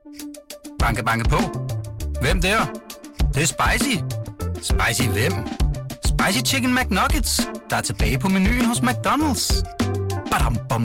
Banke, banke på. Hvem der? Det er spicy. Spicy hvem? Spicy Chicken McNuggets, der er tilbage på menuen hos McDonald's. Badum, bom,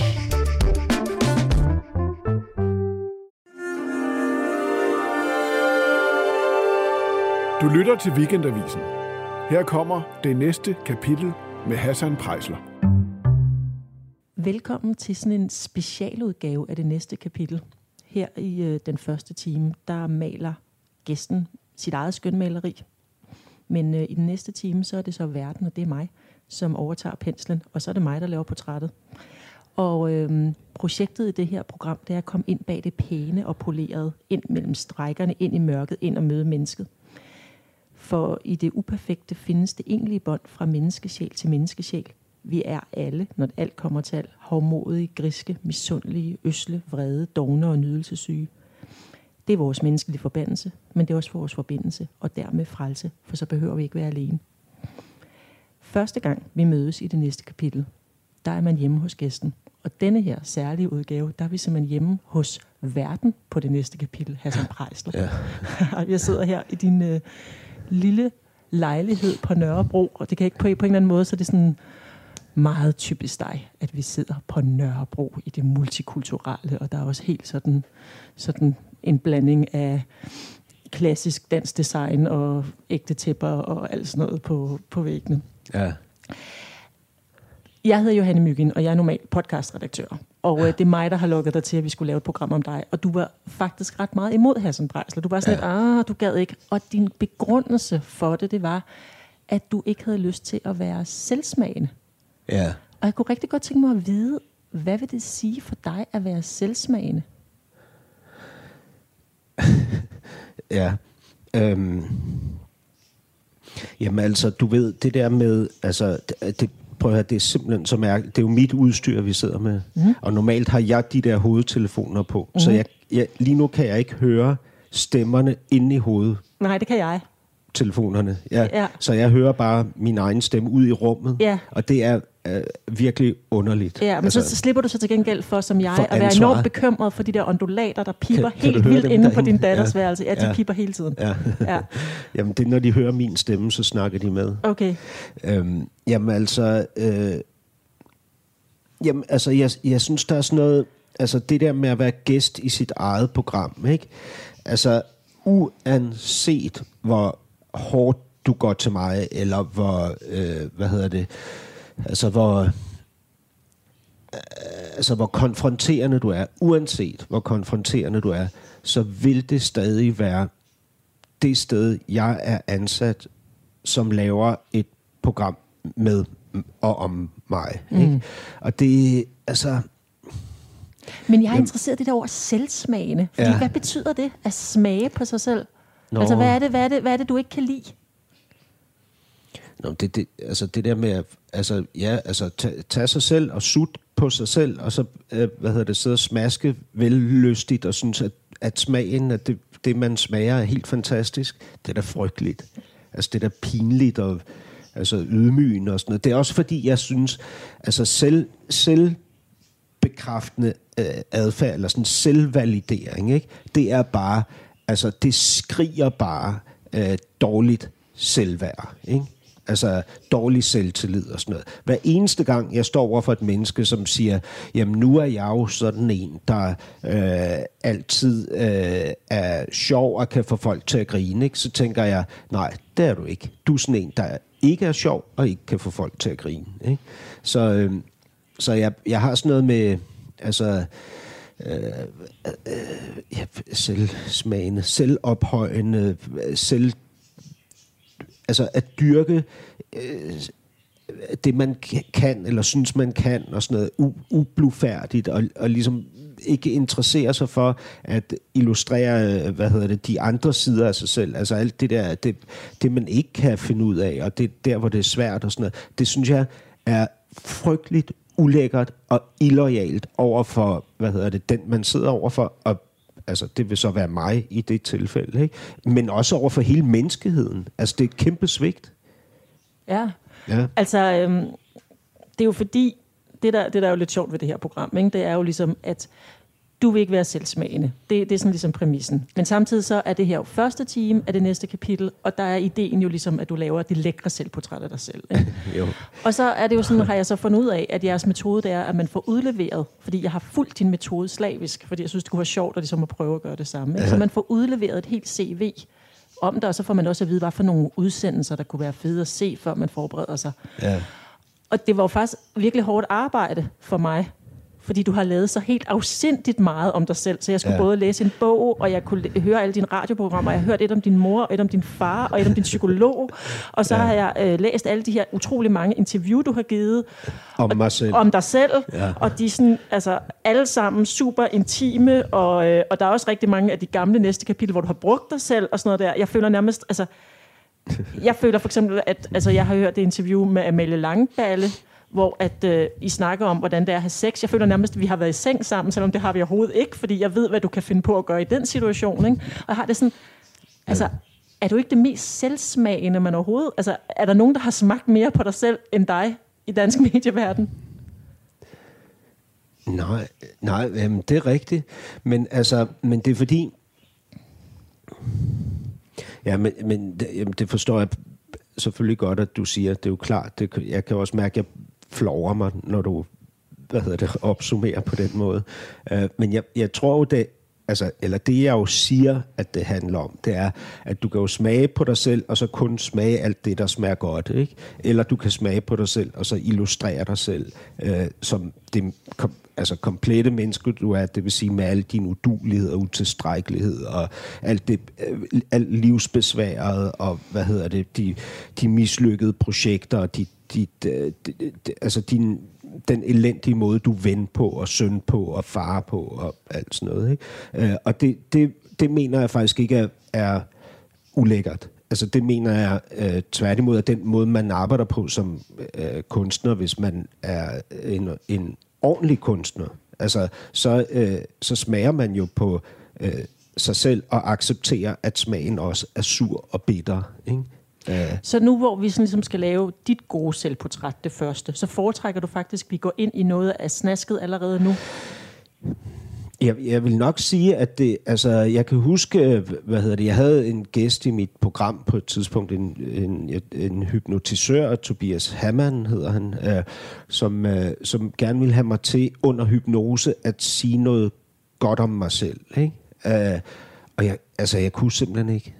Du lytter til Weekendavisen. Her kommer det næste kapitel med Hassan Preisler. Velkommen til sådan en specialudgave af det næste kapitel. Her i den første time, der maler gæsten sit eget skønmaleri. Men i den næste time, så er det så verden, og det er mig, som overtager penslen. Og så er det mig, der laver portrættet. Og projektet i det her program, det er at komme ind bag det pæne og polerede, ind mellem strækkerne, ind i mørket, ind og møde mennesket. For i det uperfekte findes det egentlige bånd fra menneskesjæl til menneskesjæl. Vi er alle, når alt kommer til alt, hovmodige, griske, misundelige, øsle, vrede, dovne og nydelsessyge. Det er vores menneskelige forbandelse, men det er også vores forbindelse, og dermed frelse, for så behøver vi ikke være alene. Første gang vi mødes i det næste kapitel, der er man hjemme hos gæsten. Og denne her særlige udgave, der er vi simpelthen hjemme hos verden på det næste kapitel, Hassan Preisler. Ja. Jeg sidder her i din lille lejlighed på Nørrebro, og det kan ikke på en eller anden måde, så det er sådan meget typisk dig, at vi sidder på Nørrebro i det multikulturelle, og der er også helt sådan en blanding af klassisk dansk design og ægte tæpper og alt sådan noget på væggene. Ja. Jeg hedder Johanne Myggen, og jeg er normalt podcastredaktør. Og det er mig, der har lukket dig til, at vi skulle lave et program om dig. Og du var faktisk ret meget imod Hassan Preisler. Du var sådan lidt, du gad ikke. Og din begrundelse for det var, at du ikke havde lyst til at være selvsmagende. Ja. Og jeg kunne rigtig godt tænke mig at vide, hvad vil det sige for dig at være selvsmagende? Ja. Jamen altså, du ved, det der med, altså, prøv at høre, det er simpelthen så mærkeligt. Det er jo mit udstyr, vi sidder med. Og normalt har jeg de der hovedtelefoner på. Så lige nu kan jeg ikke høre stemmerne inde i hovedet. Nej, det kan jeg. Telefonerne. Ja. Så jeg hører bare min egen stemme ud i rummet. Ja. Og det er virkelig underligt. Ja, men altså, så slipper du så til gengæld for, som jeg, at være enormt bekymret for de der undulater, der piper helt vildt inde på din datters værelse. Ja, de piper hele tiden. Ja. Jamen, det er, når de hører min stemme, så snakker de med. Okay. Jamen, altså, jeg synes, der er sådan noget, altså det der med at være gæst i sit eget program, ikke? Altså, uanset hvor hårdt du går til mig, eller hvor, hvor konfronterende du er, uanset hvor konfronterende du er, så vil det stadig være det sted, jeg er ansat, som laver et program med og om mig. Ikke? Og det, altså... Men jeg er interesseret i det der ord selvsmagende. Fordi hvad betyder det at smage på sig selv? Nå. Altså, hvad er det, du ikke kan lide? Nå, det der med, tage sig selv og sutte på sig selv, og så, sidde og smaske vellystigt, og synes, at smagen, at det, man smager, er helt fantastisk. Det er da frygteligt. Altså, det er da pinligt, og altså, ydmygende og sådan noget. Det er også fordi, jeg synes, altså, selvbekræftende adfærd, eller sådan selvvalidering, ikke? Det er bare, altså, det skriger bare dårligt selvværd, ikke? Altså dårlig selvtillid og sådan noget. Hver eneste gang, jeg står over for et menneske, som siger, jamen nu er jeg jo sådan en, der altid er sjov og kan få folk til at grine, ikke? Så tænker jeg, nej, det er du ikke. Du er sådan en, der ikke er sjov og ikke kan få folk til at grine, ikke? Så jeg har sådan noget med, altså... selvsmagende, selvophøjende, altså at dyrke det, man kan, eller synes, man kan, og sådan noget ublufærdigt, og ligesom ikke interessere sig for at illustrere, de andre sider af sig selv. Altså alt det der, det man ikke kan finde ud af, og det der, hvor det er svært og sådan noget, det synes jeg er frygteligt ulækkert og illoyalt over for, den man sidder overfor, og altså, det vil så være mig i det tilfælde, ikke? Men også over for hele menneskeheden. Altså, det er et kæmpe svigt. Ja. Altså, det er jo fordi, det der er jo lidt sjovt ved det her program, ikke? Det er jo ligesom, at du vil ikke være selvsmagende. Det er sådan ligesom præmissen. Men samtidig så er det her jo første time af det næste kapitel, og der er ideen jo ligesom, at du laver det lækre selvportræt af dig selv. Ikke? Jo. Og så er det jo sådan, har jeg så fundet ud af, at jeres metode det er, at man får udleveret, fordi jeg har fulgt din metode slavisk, fordi jeg synes, det kunne være sjovt, at ligesom at prøve at gøre det samme. Ikke? Så man får udleveret et helt CV om det, og så får man også at vide, hvad for nogle udsendelser, der kunne være fede at se, før man forbereder sig. Ja. Og det var jo faktisk virkelig hårdt arbejde for mig, fordi du har lavet så helt afsindigt meget om dig selv. Så jeg skulle både læse en bog, og jeg kunne høre alle dine radioprogrammer. Jeg har hørt et om din mor, et om din far, og et om din psykolog. Og så har jeg læst alle de her utrolig mange interview, du har givet. Om mig selv. Om dig selv. Ja. Og de er sådan, altså, alle sammen super intime, og der er også rigtig mange af de gamle næste kapitel, hvor du har brugt dig selv og sådan noget der. Jeg føler nærmest, altså... Jeg føler for eksempel, at jeg har hørt det interview med Amalie Langballe, hvor at I snakker om, hvordan det er at have sex. Jeg føler nærmest, at vi har været i seng sammen, selvom det har vi overhovedet ikke, fordi jeg ved, hvad du kan finde på at gøre i den situation. Ikke? Og jeg har det sådan, altså, er du ikke det mest selvsmagende, man overhovedet? Altså, er der nogen, der har smagt mere på dig selv end dig i dansk medieverden? Nej, det er rigtigt. Men det er fordi... Ja, men det forstår jeg selvfølgelig godt, at du siger. Det er jo klart. Jeg kan også mærke, at jeg flår mig, når du opsummerer på den måde. Men jeg tror jo, det jeg jo siger, at det handler om, det er, at du kan jo smage på dig selv, og så kun smage alt det, der smager godt, ikke? Eller du kan smage på dig selv, og så illustrere dig selv som det komplette menneske, du er, det vil sige med al din udulighed og utilstrækkelighed, og alt livsbesværet, og de mislykkede projekter, og den elendige måde, du ven på, og søn på, og far på, og alt sådan noget. Ikke? Og det mener jeg faktisk ikke er ulækkert. Altså det mener jeg tværtimod er den måde, man arbejder på som kunstner, hvis man er en ordentlig kunstner. Altså så smager man jo på sig selv og accepterer, at smagen også er sur og bitter, ikke? Så nu, hvor vi sådan ligesom skal lave dit gode selvportræt, det første, så foretrækker du faktisk, at vi går ind i noget af snasket allerede nu? Jeg vil nok sige, at jeg kan huske, jeg havde en gæst i mit program på et tidspunkt, en hypnotisør, Tobias Hammann hedder han, som gerne ville have mig til under hypnose at sige noget godt om mig selv, ikke? Og jeg kunne simpelthen ikke.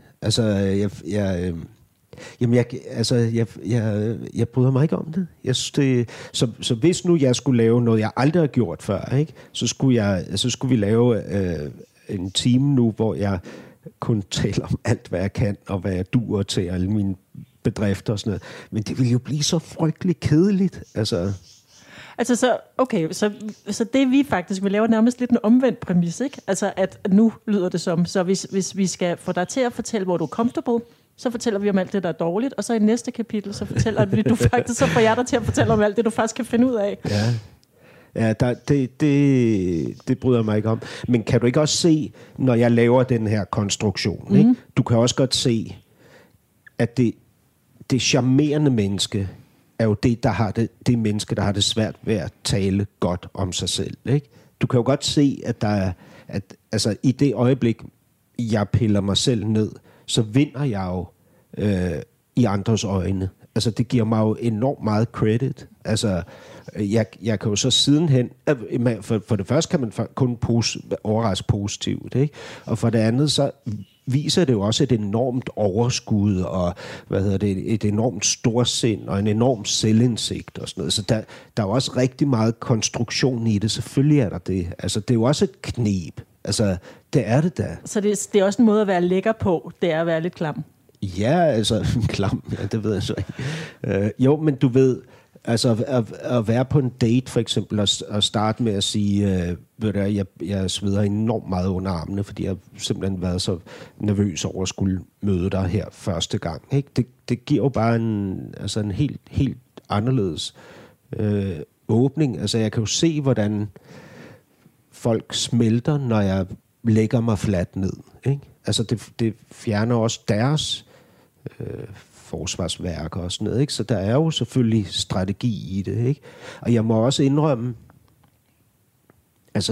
Jeg bryder mig ikke om det. Jeg synes så hvis nu jeg skulle lave noget, jeg aldrig har gjort før, ikke? Så skulle vi lave en time nu, hvor jeg kun taler om alt, hvad jeg kan, og hvad jeg duer til, alle mine bedrifter og sådan noget. Men det ville jo blive så frygteligt kedeligt, altså... Altså så det vi faktisk vil lave nærmest lidt en omvendt præmis, ikke? Altså at nu lyder det som, så hvis vi skal få dig til at fortælle, hvor du er comfortable, så fortæller vi om alt det, der er dårligt, og så i næste kapitel, så fortæller vi, du faktisk, så får jeg dig til at fortælle om alt det, du faktisk kan finde ud af. Ja, det bryder jeg mig ikke om. Men kan du ikke også se, når jeg laver den her konstruktion, ikke? Du kan også godt se, at det charmerende menneske er jo det menneske, der har det svært ved at tale godt om sig selv, ikke? Du kan jo godt se, at i det øjeblik, jeg piller mig selv ned, så vinder jeg jo i andres øjne. Altså, det giver mig jo enormt meget credit. Altså, jeg kan jo så sidenhen... For det første kan man kun overraske positivt, ikke? Og for det andet, så viser det jo også et enormt overskud, og et enormt storsind, og en enorm selvindsigt og sådan noget. Så der er jo også rigtig meget konstruktion i det. Selvfølgelig er der det. Altså, det er jo også et kneb. Altså, det er det da. Så det er også en måde at være lækker på, det er at være lidt klam? Ja, altså, klam, ja, det ved jeg så ikke. Jo, men du ved, altså, at være på en date, for eksempel, og starte med at sige, jeg sveder enormt meget under armene, fordi jeg har simpelthen været så nervøs over at skulle møde dig her første gang, ikke? Det giver jo bare en helt anderledes åbning. Altså, jeg kan jo se, hvordan folk smelter, når jeg lægger mig fladt ned, ikke? Altså, det fjerner også deres forsvarsværker og sådan noget, ikke? Så der er jo selvfølgelig strategi i det, ikke? Og jeg må også indrømme, altså det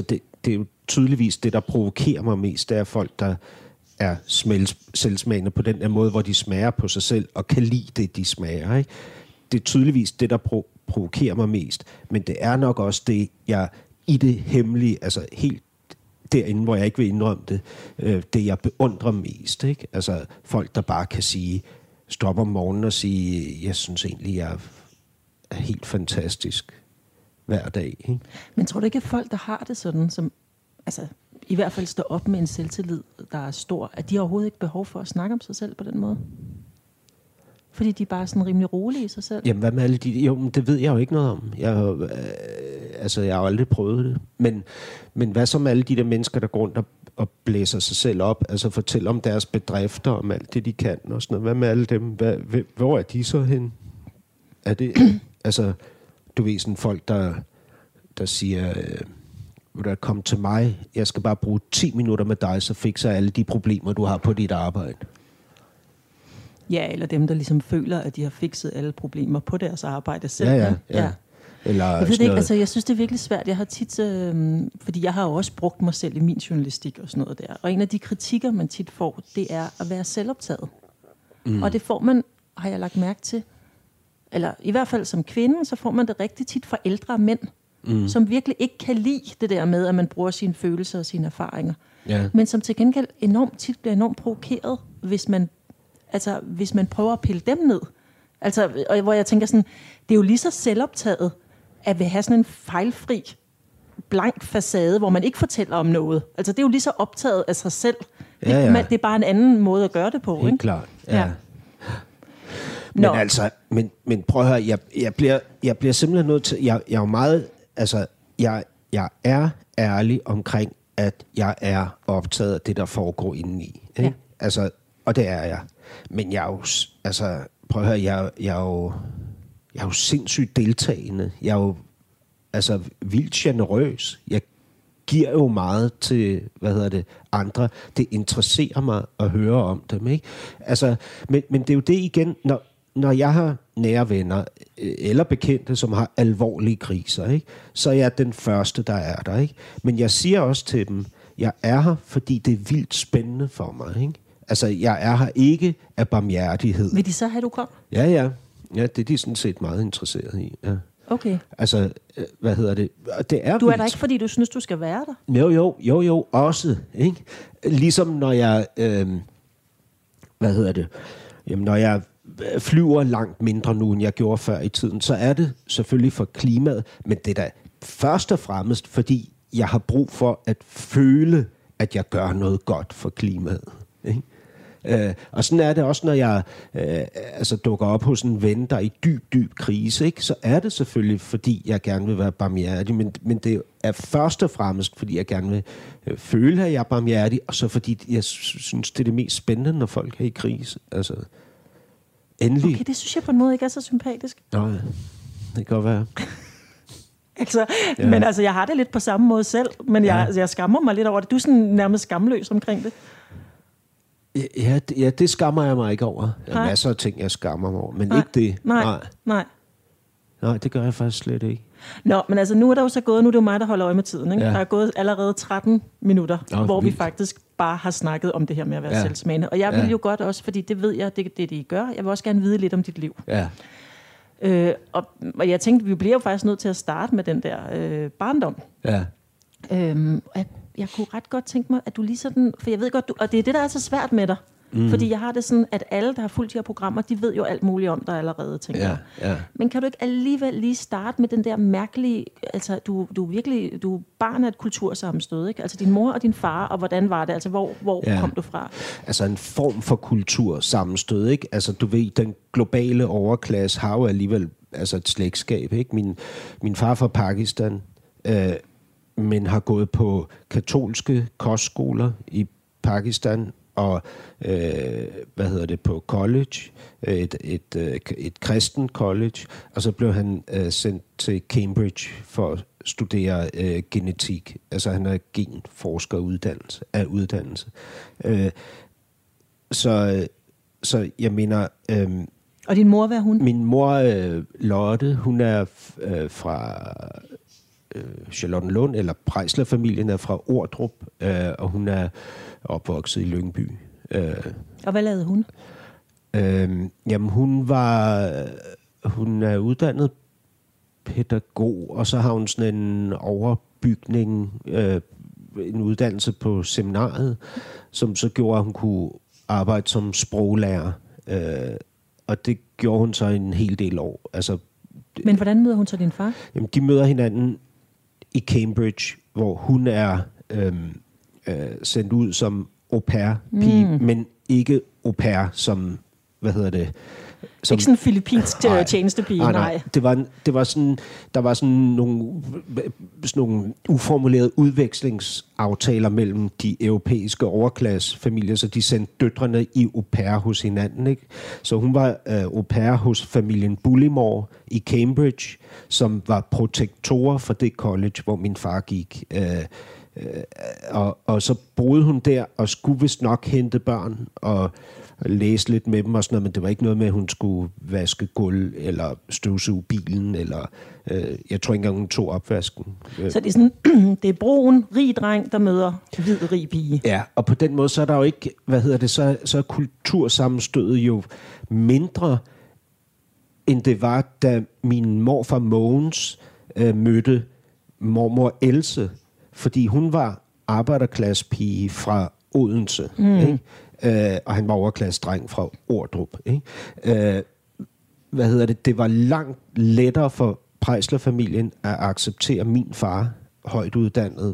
det er jo tydeligvis det, der provokerer mig mest, det er folk, der er selvsmagende på den der måde, hvor de smager på sig selv og kan lide det, de smager. Ikke? Det er tydeligvis det, der provokerer mig mest. Men det er nok også det, jeg i det hemmelige, altså helt derinde, hvor jeg ikke vil indrømme det, det jeg beundrer mest. Ikke? Altså folk, der bare kan sige, stop om morgenen og sige, jeg synes egentlig, jeg er helt fantastisk hver dag. Ikke? Men tror du ikke, at folk, der har det sådan, som altså i hvert fald står op med en selvtillid, der er stor, at de overhovedet ikke behov for at snakke om sig selv på den måde? Fordi de er bare sådan rimelig rolige i sig selv. Jamen, hvad med alle de... Jo, det ved jeg jo ikke noget om. Jeg har jo aldrig prøvet det. Men hvad så med alle de der mennesker, der går rundt og blæser sig selv op? Altså fortæller om deres bedrifter, om alt det, de kan og sådan noget. Hvad med alle dem? Hvor er de så hen? Er det... altså, du ved sådan folk, der siger... vil du komme til mig? Jeg skal bare bruge 10 minutter med dig, så fikser alle de problemer, du har på dit arbejde. Ja, eller dem, der ligesom føler, at de har fikset alle problemer på deres arbejde selv. Ja. Eller jeg ved det ikke, altså jeg synes, det er virkelig svært. Jeg har tit, fordi jeg har jo også brugt mig selv i min journalistik og sådan noget der. Og en af de kritikker, man tit får, det er at være selvoptaget. Og det får man, har jeg lagt mærke til, eller i hvert fald som kvinde, så får man det rigtig tit fra ældre mænd, som virkelig ikke kan lide det der med, at man bruger sine følelser og sine erfaringer. Ja. Men som til gengæld enormt tit bliver enormt provokeret, hvis man prøver at pille dem ned. Altså, og hvor jeg tænker sådan, det er jo lige så selvoptaget, at vil have sådan en fejlfri, blank facade, hvor man ikke fortæller om noget. Altså, det er jo lige så optaget af sig selv. Ja. Det er bare en anden måde at gøre det på. Helt ikke? klart, ja. Men prøv at høre, jeg bliver simpelthen nødt til, jeg er jo meget, altså, jeg er ærlig omkring, at jeg er optaget af det, der foregår indeni. Ikke? Ja. Altså, og det er jeg. Men jeg er jo, altså, prøv at høre, jeg er jo sindssygt deltagende. Jeg er jo, altså, vildt generøs. Jeg giver jo meget til, andre. Det interesserer mig at høre om dem, ikke? Altså, men det er jo det igen, når jeg har nære venner eller bekendte, som har alvorlige kriser, ikke? Så er jeg den første, der er der, ikke? Men jeg siger også til dem, jeg er her, fordi det er vildt spændende for mig, ikke? Altså, jeg er her ikke af barmhjertighed. Vil de så have, du kom? Ja, det er de sådan set meget interesseret i, ja. Okay. Altså, det er du er der ikke, fordi du synes, du skal være der? Jo, også, ikke? Ligesom når jeg, Jamen, når jeg flyver langt mindre nu, end jeg gjorde før i tiden, så er det selvfølgelig for klimaet, men det er da først og fremmest, fordi jeg har brug for at føle, at jeg gør noget godt for klimaet, ikke? Og sådan er det også, når jeg dukker op hos en ven, der er i dyb krise, ikke? Så er det selvfølgelig, fordi jeg gerne vil være barmhjertig, men det er først og fremmest, fordi jeg gerne vil føle, at jeg er barmhjertig, og så fordi jeg synes, det er det mest spændende, når folk er i krise. Altså, endelig. Okay, det synes jeg på en måde ikke er så sympatisk. Nå, det kan godt være. Men altså, jeg har det lidt på samme måde selv, men jeg skammer mig lidt over det. Du er sådan nærmest skamløs omkring det. Ja, det skammer jeg mig ikke over. Der er masser af ting, jeg skammer mig over, men ikke det. Nej, det gør jeg faktisk slet ikke. Nå, men altså, nu er der jo så gået, nu er det jo mig, der holder øje med tiden, ikke? Ja. Der er gået allerede 13 minutter, hvor vi faktisk bare har snakket om det her med at være selvsmagende. Og jeg vil jo godt også, fordi det ved jeg, det I gør, jeg vil også gerne vide lidt om dit liv. Ja. Og jeg tænkte, vi bliver jo faktisk nødt til at starte med den der barndom. Ja. Jeg kunne ret godt tænke mig, at du lige sådan... For jeg ved godt, og det er det, der er så svært med dig. Fordi jeg har det sådan, at alle, der har fulgt de her programmer, de ved jo alt muligt om dig allerede, tænker jeg. Ja. Men kan du ikke alligevel lige starte med den der mærkelige... Altså, du er barn af et kultursammenstød, ikke? Altså, din mor og din far, og hvordan var det? Altså, hvor kom du fra? Altså, en form for kultursammenstød, ikke? Altså, du ved, den globale overklasse har jo alligevel et slægtskab, ikke? Min far fra Pakistan... men har gået på katolske kostskoler i Pakistan og på college, et kristen college, og så blev han sendt til Cambridge for at studere genetik. Altså han er genforsker af uddannelse. Så jeg mener... og din mor, hvad er hun? Min mor, Lotte, hun er fra Charlottenlund, eller Preisler-familien er fra Ordrup, og hun er opvokset i Lyngby. Og hvad lavede hun? Jamen, hun er uddannet pædagog, og så har hun sådan en overbygning, en uddannelse på seminariet, som så gjorde, at hun kunne arbejde som sproglærer. Og det gjorde hun så en hel del år. Altså, men hvordan møder hun så din far? Jamen, de møder hinanden i Cambridge, hvor hun er sendt ud som au pair-pige, men ikke au pair som, som, ikke sådan en filippinsk tjenestepige, nej. Det var sådan, der var sådan nogle uformulerede udvekslingsaftaler mellem de europæiske overklassefamilier, så de sendte døtrene i au pair hos hinanden, ikke? Så hun var au pair hos familien Bullimore i Cambridge, som var protektorer for det college, hvor min far gik. Og så boede hun der og skulle vist nok hente børn og læse lidt med dem og sådan noget, men det var ikke noget med, at hun skulle vaske gulv eller støvsuge bilen, eller jeg tror ikke engang, hun tog opvasken. Så det er sådan, det er brun, rig dreng, der møder hvid, rig pige. Ja, og på den måde, så er der jo ikke, så er kultursammenstødet jo mindre, end det var, da min morfar Mogens mødte mormor Else, fordi hun var arbejderklassepige fra Odense, ikke? Og han var overklassedreng fra Ordrup. Ikke? Det var langt lettere for Preisler-familien at acceptere min far, højt uddannet,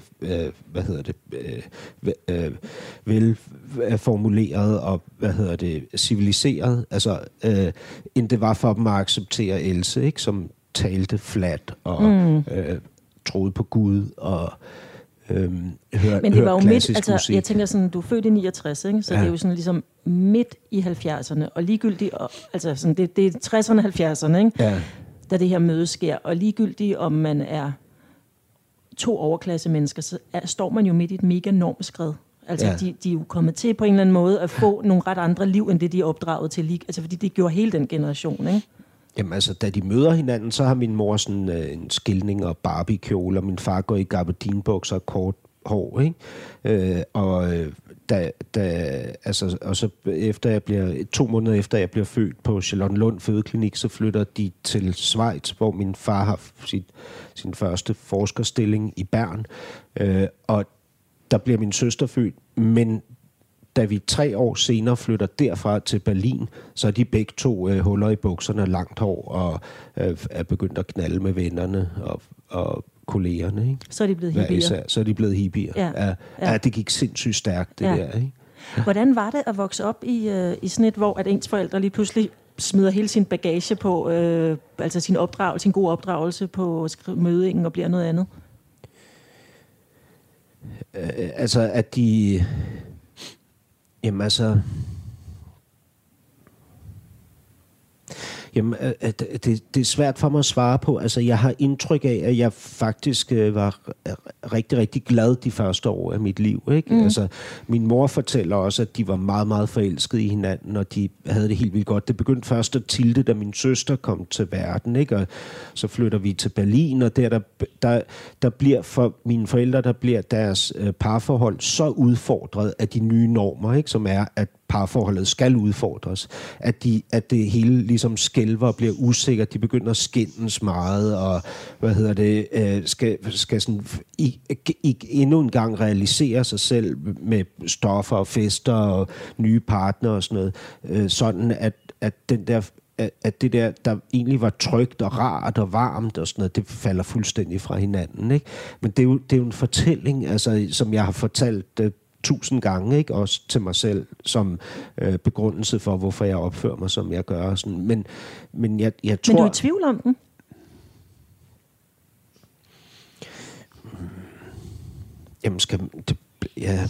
velformuleret og, civiliseret, altså, end det var for dem at acceptere Else, ikke? Som talte flat og troede på Gud og men det var jo midt, altså jeg tænker sådan, du er født i 69, ikke? Så det er jo sådan ligesom midt i 70'erne, og ligegyldigt, altså sådan, det er 60'erne, 70'erne, ikke? Ja. Da det her møde sker, og ligegyldigt om man er to overklasse mennesker, så står man jo midt i et mega normskred. Altså de er jo kommet til på en eller anden måde at få nogle ret andre liv, end det de er opdraget til, altså fordi det gjorde hele den generation, ikke? Jamen altså, da de møder hinanden, så har min mor sådan en skilning og Barbie-kjole, og min far går i gabardinbukser og kort hår, ikke? Og så efter jeg bliver 2 måneder efter jeg bliver født på Charlottenlund Fødeklinik, så flytter de til Schweiz, hvor min far har sin første forskerstilling i Bern, og der bliver min søster født, men da vi 3 år senere flytter derfra til Berlin, så er de begge to huller i bukserne, langt hår, og er begyndt at knalde med vennerne og kollegerne. Ikke? Så er de blevet hippier. Så er de blevet hippier. Ja, det gik sindssygt stærkt, det der. Ikke? Hvordan var det at vokse op i sådan et, hvor at ens forældre lige pludselig smider hele sin bagage på, altså sin gode opdragelse på mødingen og bliver noget andet? Altså, at de... Jamen altså... Jamen, det er svært for mig at svare på. Altså, jeg har indtryk af, at jeg faktisk var rigtig, rigtig glad de første år af mit liv. Ikke? Altså, min mor fortæller også, at de var meget, meget forelskede i hinanden, og de havde det helt vildt godt. Det begyndte først at tilte, da min søster kom til verden, ikke? Og så flytter vi til Berlin, og der bliver for mine forældre, der bliver deres parforhold så udfordret af de nye normer, ikke? Som er, at parforholdet skal udfordres. At det hele ligesom skælver og bliver usikkert. De begynder at skændes meget, og skal sådan endnu en gang realisere sig selv med stoffer og fester og nye partnere og sådan noget. Sådan at den der at det der egentlig var trygt og rart og varmt og sådan noget, det falder fuldstændig fra hinanden, ikke? Men det er jo en fortælling, altså, som jeg har fortalt 1000 gange, ikke? Også til mig selv, som begrundelse for, hvorfor jeg opfører mig, som jeg gør. Sådan. Men jeg tror... Men du er i tvivl om den? Jamen, ja...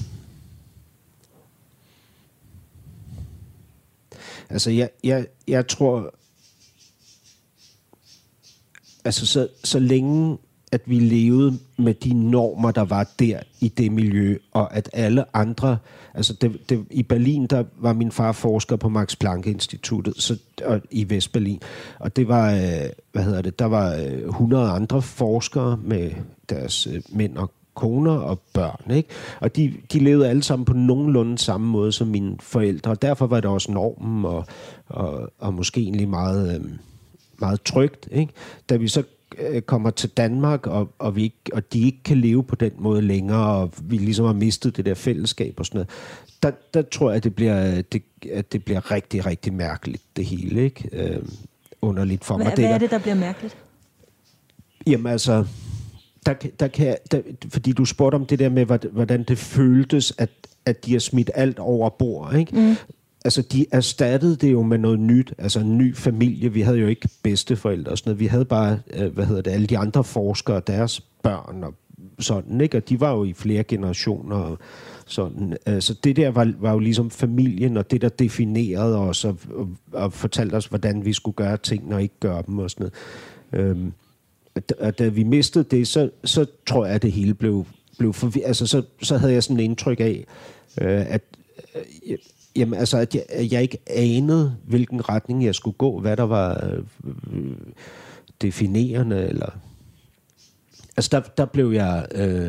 Altså, jeg tror... Altså, så længe at vi levede med de normer, der var der i det miljø, og at alle andre, altså i Berlin, der var min far forsker på Max Planck Instituttet i Vestberlin, og det var, der var 100 andre forskere med deres mænd og koner og børn, ikke? Og de levede alle sammen på nogenlunde samme måde som mine forældre, og derfor var det også normen, og måske egentlig meget, meget trygt, ikke? Da vi så kommer til Danmark, og de ikke kan leve på den måde længere, og vi ligesom har mistet det der fællesskab og sådan noget, der tror jeg, at det bliver rigtig, rigtig mærkeligt, det hele, ikke? Underligt for mig. Hvad er det, der bliver mærkeligt? Jamen altså, fordi du spurgte om det der med, hvordan det føltes, at de har smidt alt over bord, ikke? Mm. Altså, de erstattede det jo med noget nyt, altså en ny familie. Vi havde jo ikke bedsteforældre og sådan noget. Vi havde bare, alle de andre forskere, deres børn og sådan, ikke? Og de var jo i flere generationer og sådan. Så det der var jo ligesom familien, og det, der definerede os og fortalte os, hvordan vi skulle gøre tingene og ikke gøre dem og sådan noget. Og da vi mistede det, så tror jeg, at det hele blev forvirret. Altså, så havde jeg sådan et indtryk af, at jeg ikke anede, hvilken retning jeg skulle gå, hvad der var definerende, eller... Altså, der blev jeg...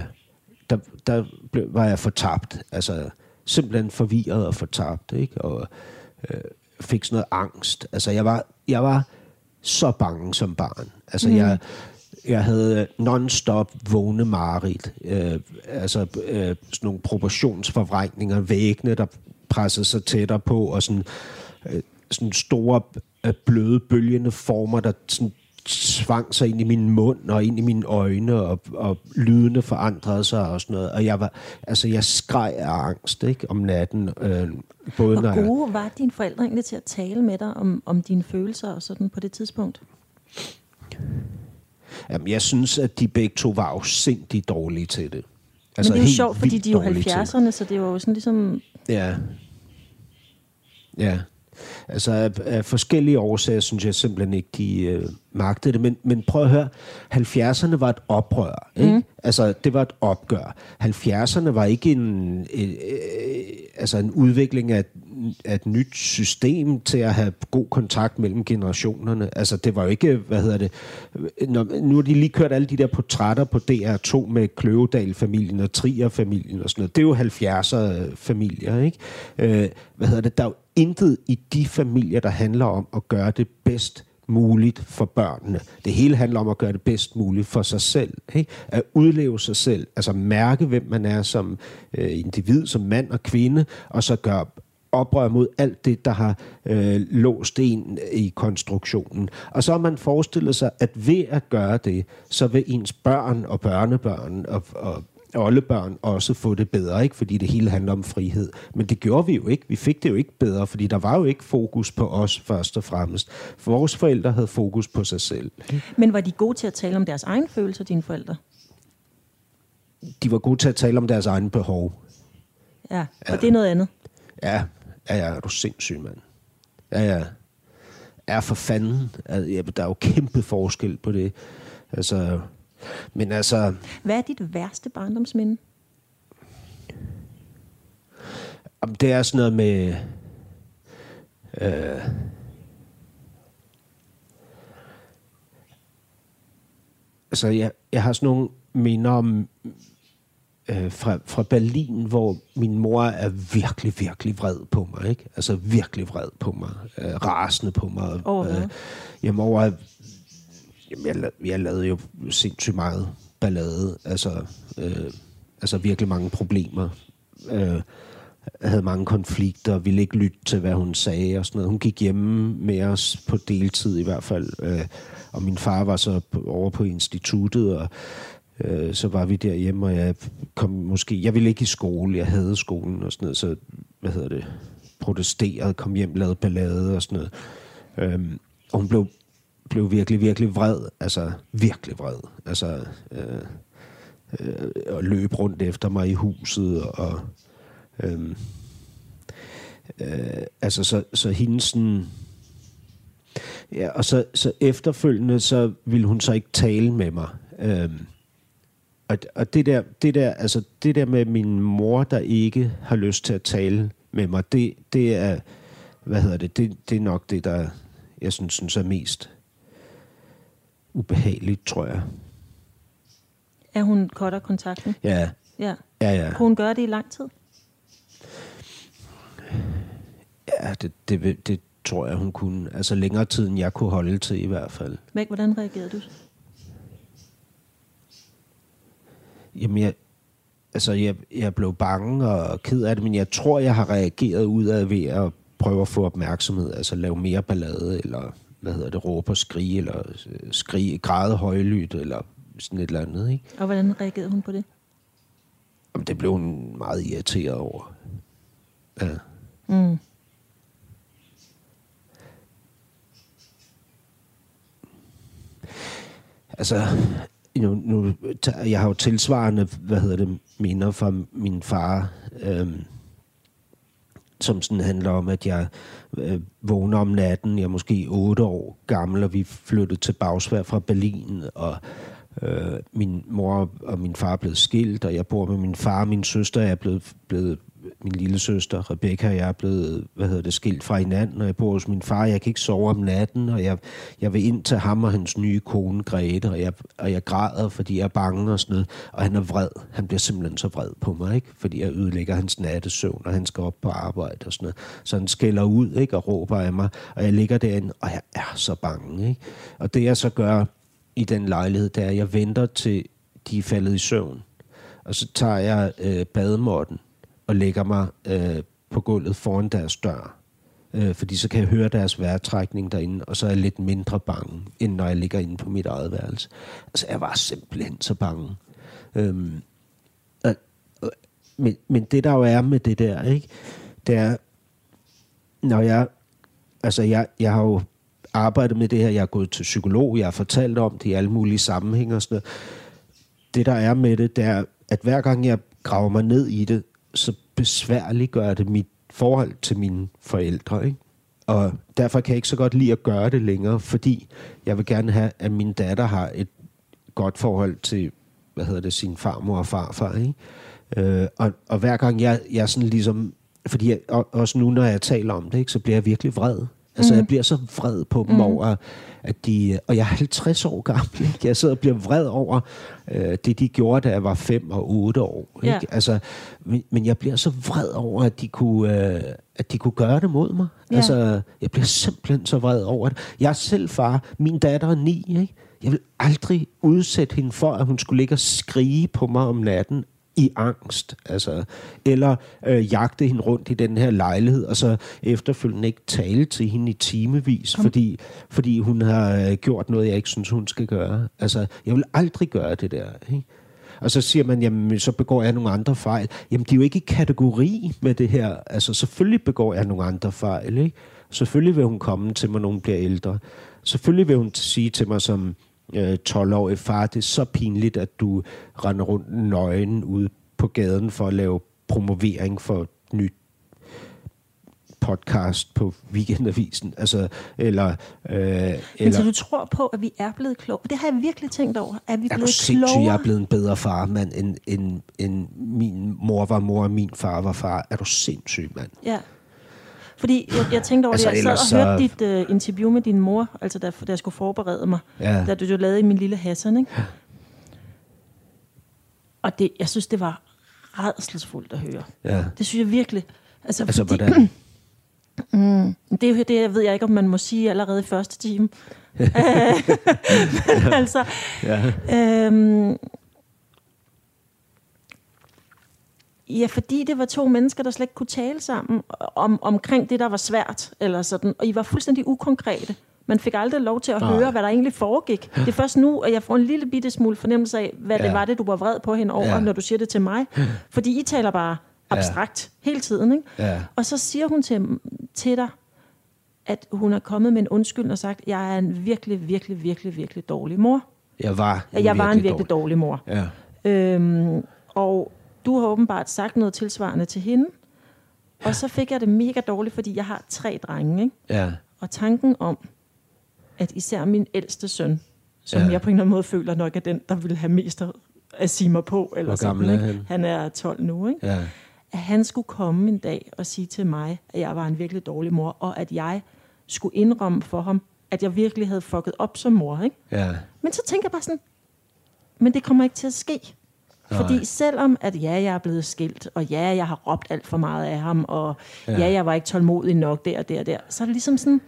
var jeg fortabt. Altså, simpelthen forvirret og fortabt, ikke? Og fik sådan noget angst. Altså, jeg var så bange som barn. Altså, jeg havde non-stop vågne mareridt. Sådan nogle proportionsforvrængninger, væggene, der pressede sig tættere på, og sådan store, bløde, bølgende former, der sådan svang sig ind i min mund og ind i mine øjne, og lydene forandrede sig og sådan noget. Og jeg skreg af angst, ikke, om natten. Hvor gode var dine forældre egentlig til at tale med dig om dine følelser og sådan på det tidspunkt? Jamen, jeg synes, at de begge to var jo sindssygt dårlige til det. Altså, men det er jo sjovt, fordi de er jo 70'erne, så det var jo sådan ligesom... Ja. Altså, af forskellige årsager, synes jeg simpelthen ikke, de magtede det. Men prøv at høre, 70'erne var et oprør, ikke? Mm. Altså, det var et opgør. 70'erne var ikke en udvikling af et nyt system til at have god kontakt mellem generationerne. Altså, det var jo ikke, nu har de lige kørt alle de der portrætter på DR2 med Kløvedal-familien og Trier-familien og sådan noget. Det er jo 70'er-familier, ikke? Der er jo intet i de familier, der handler om at gøre det bedst muligt for børnene. Det hele handler om at gøre det bedst muligt for sig selv. Ikke? At udleve sig selv. Altså mærke, hvem man er som individ, som mand og kvinde, og så gøre oprør mod alt det, der har låst en i konstruktionen. Og så har man forestillet sig, at ved at gøre det, så vil ens børn og børnebørn og oldebørn også få det bedre, ikke? Fordi det hele handler om frihed. Men det gjorde vi jo ikke. Vi fik det jo ikke bedre, fordi der var jo ikke fokus på os først og fremmest. For vores forældre havde fokus på sig selv. Men var de gode til at tale om deres egne følelser, dine forældre? De var gode til at tale om deres egne behov. Ja, og det er noget andet. Ja, er du sindssyg, mand. Ja, for fanden. Der er jo kæmpe forskel på det. Altså... Men altså... Hvad er dit værste barndomsminde? Det er sådan noget med... Jeg har sådan nogle minder om... fra Berlin, hvor min mor er virkelig, virkelig vred på mig, ikke? Altså virkelig vred på mig. Rasende på mig. Jeg lavede jo sindssygt meget ballade, altså virkelig mange problemer. Havde mange konflikter, ville ikke lytte til, hvad hun sagde og sådan noget. Hun gik hjemme med os på deltid i hvert fald, og min far var så over på instituttet, og så var vi derhjemme, og jeg ville ikke i skole, jeg havde skolen og sådan noget, så, protesterede, kom hjem, lavede ballade og sådan noget. Og hun blev virkelig, virkelig vred, altså virkelig vred, altså og løb rundt efter mig i huset, og så hendes sådan, ja, og så efterfølgende, så ville hun så ikke tale med mig, Og det der med min mor, der ikke har lyst til at tale med mig, det er, det er nok det, der jeg synes er mest ubehageligt, tror jeg. Er hun cutter kontakten? Ja. Kunne hun gøre det i lang tid? Ja, det tror jeg, hun kunne. Altså længere tid, end jeg kunne holde til i hvert fald. Hvordan reagerede du? Jamen, jeg blev bange og ked af det, men jeg tror, jeg har reageret ud af ved at prøve at få opmærksomhed, altså lave mere ballade, eller råbe og skrige, eller græde højlydt, eller sådan et eller andet, ikke? Og hvordan reagerede hun på det? Jamen, det blev hun meget irriteret over. Ja. Mm. Altså, jeg har jo tilsvarende, minder fra min far, som sådan handler om, at jeg vågner om natten, jeg er måske 8 år gammel, og vi flyttede til Bagsværd fra Berlin, og min mor og min far er blevet skilt, og jeg bor med min far og min søster, jeg er blevet min lille søster, Rebecca, og jeg er blevet, skilt fra hinanden, og jeg bor hos min far, jeg kan ikke sove om natten, og jeg vil ind til ham og hans nye kone, Grete, og jeg græder, fordi jeg er bange og sådan noget, og han er vred. Han bliver simpelthen så vred på mig, ikke? Fordi jeg ødelægger hans nattesøvn, og han skal op på arbejde og sådan noget. Så han skælder ud, ikke? Og råber af mig, og jeg ligger derinde, og jeg er så bange, ikke? Og det jeg så gør i den lejlighed, det er, at jeg venter til de er faldet i søvn, og så tager jeg bademåtten, og lægger mig på gulvet foran deres dør. Fordi så kan jeg høre deres vejrtrækning derinde, og så er jeg lidt mindre bange, end når jeg ligger inde på mit eget værelse. Altså, jeg var simpelthen så bange. Men det, der jo er med det der, ikke? Det er, når jeg har jo arbejdet med det her, jeg er gået til psykolog, jeg har fortalt om det i alle mulige sammenhænge og sådan noget. Det, der er med det, det er, at hver gang jeg graver mig ned i det, så besværliggør det mit forhold til mine forældre, ikke? Og derfor kan jeg ikke så godt lide at gøre det længere, fordi jeg vil gerne have, at min datter har et godt forhold til, sin farmor og farfar, ikke? Og hver gang jeg sådan ligesom, fordi også nu, når jeg taler om det, ikke, så bliver jeg virkelig vred. Altså, jeg bliver så vred på dem over, at de... Og jeg er 50 år gammel, ikke? Jeg sidder og bliver vred over det, de gjorde, da jeg var 5 og 8 år. Ikke? Ja. Altså, men jeg bliver så vred over, at de kunne gøre det mod mig. Ja. Altså, jeg bliver simpelthen så vred over det. Jeg er selv far. Min datter er 9, ikke? Jeg vil aldrig udsætte hende for, at hun skulle ligge og skrige på mig om natten, i angst, altså, eller jagte hende rundt i den her lejlighed, og så efterfølgende ikke tale til hende i timevis, fordi hun har gjort noget, jeg ikke synes, hun skal gøre. Altså, jeg vil aldrig gøre det der, ikke? Og så siger man, jamen, så begår jeg nogle andre fejl. Jamen, de er jo ikke i kategori med det her. Altså, selvfølgelig begår jeg nogle andre fejl, ikke? Selvfølgelig vil hun komme til mig, når hun bliver ældre. Selvfølgelig vil hun sige til mig som 12-årig far, det er så pinligt, at du render rundt nøgen ude på gaden for at lave promovering for et nyt podcast på Weekendavisen. Altså, Men så du tror på, at vi er blevet kloge? Det har jeg virkelig tænkt over. Er vi blevet klogere? Jeg er blevet en bedre far, mand, end min mor var mor, og min far var far. Er du sindssyg, mand? Ja. Fordi jeg tænkte over det, jeg sad og hørte dit interview med din mor, altså da jeg skulle forberede mig, da du lavede i Min Lille Hassan, ikke? Og jeg synes, det var rædselsfuldt at høre. Ja. Det synes jeg virkelig. Altså fordi, hvordan? Det er jo det, jeg ved jeg ikke, om man må sige allerede i første time. Altså... Ja, fordi det var 2 mennesker, der slet ikke kunne tale sammen omkring det, der var svært, eller sådan. Og I var fuldstændig ukonkrete. Man fik aldrig lov til at høre, hvad der egentlig foregik. Det er først nu, at jeg får en lille bitte smule fornemmelse af, hvad det var, det du var vred på hende over, når du siger det til mig. Fordi I taler bare abstrakt hele tiden, ikke? Ja. Og så siger hun til dig, at hun er kommet med en undskyldning og sagt, jeg er en virkelig, virkelig, virkelig, virkelig dårlig mor. Jeg var en virkelig dårlig mor. Ja. Og du har åbenbart sagt noget tilsvarende til hende. Og så fik jeg det mega dårligt, fordi jeg har 3 drenge, ikke? Ja. Og tanken om, at især min ældste søn, som jeg på en eller anden måde føler nok er den, der ville have mest at sige mig på. Eller hvor gammel er han? Han er 12 nu, ikke? Ja. At han skulle komme en dag og sige til mig, at jeg var en virkelig dårlig mor, og at jeg skulle indrømme for ham, at jeg virkelig havde fucket op som mor, ikke? Ja. Men så tænker jeg bare sådan, men det kommer ikke til at ske. Nej. Fordi selvom, at ja, jeg er blevet skilt, og ja, jeg har råbt alt for meget af ham, og ja, jeg var ikke tålmodig nok der, så er det ligesom sådan,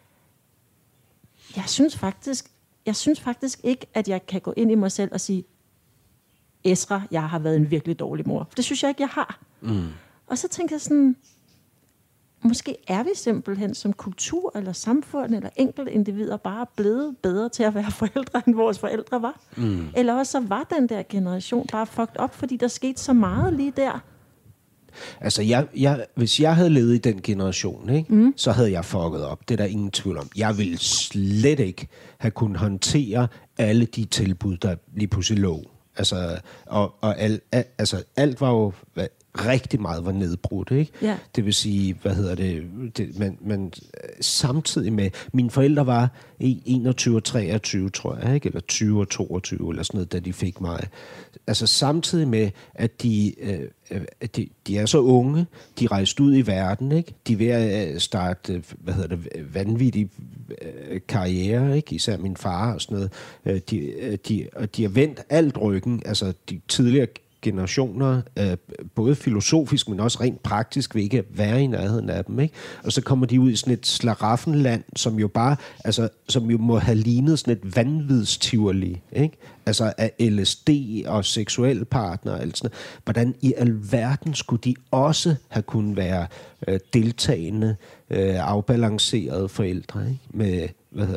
jeg synes faktisk ikke, at jeg kan gå ind i mig selv og sige, Esra, jeg har været en virkelig dårlig mor. For det synes jeg ikke, jeg har. Og så tænker jeg sådan, måske er vi simpelthen som kultur eller samfund eller enkelte individer bare blevet bedre til at være forældre, end vores forældre var. Eller også så var den der generation bare fucked op, fordi der skete så meget lige der. Altså, hvis jeg havde levet i den generation, ikke, så havde jeg fucket op. Det er der ingen tvivl om. Jeg ville slet ikke have kunnet håndtere alle de tilbud, der lige pludselig lå. Altså, alt var jo... rigtig meget var nedbrudt, ikke? Ja. Det vil sige, men samtidig med, mine forældre var 21 og 23, tror jeg, ikke? Eller 20 og 22, eller sådan noget, da de fik mig. Altså samtidig med, at de er så unge, de rejste ud i verden, ikke? De er ved at starte, vanvittige karriere, ikke? Især min far og sådan noget. De har vendt alt ryggen, altså de tidligere generationer, både filosofisk, men også rent praktisk, vil ikke være i nærheden af dem, ikke? Og så kommer de ud i sådan et slaraffenland, som jo bare, altså, som jo må have lignet sådan et vanvidstiverlig, ikke? Altså af LSD og seksuelle partner og alt sådan noget. Hvordan i alverden skulle de også have kunnet være deltagende, afbalancerede forældre, ikke?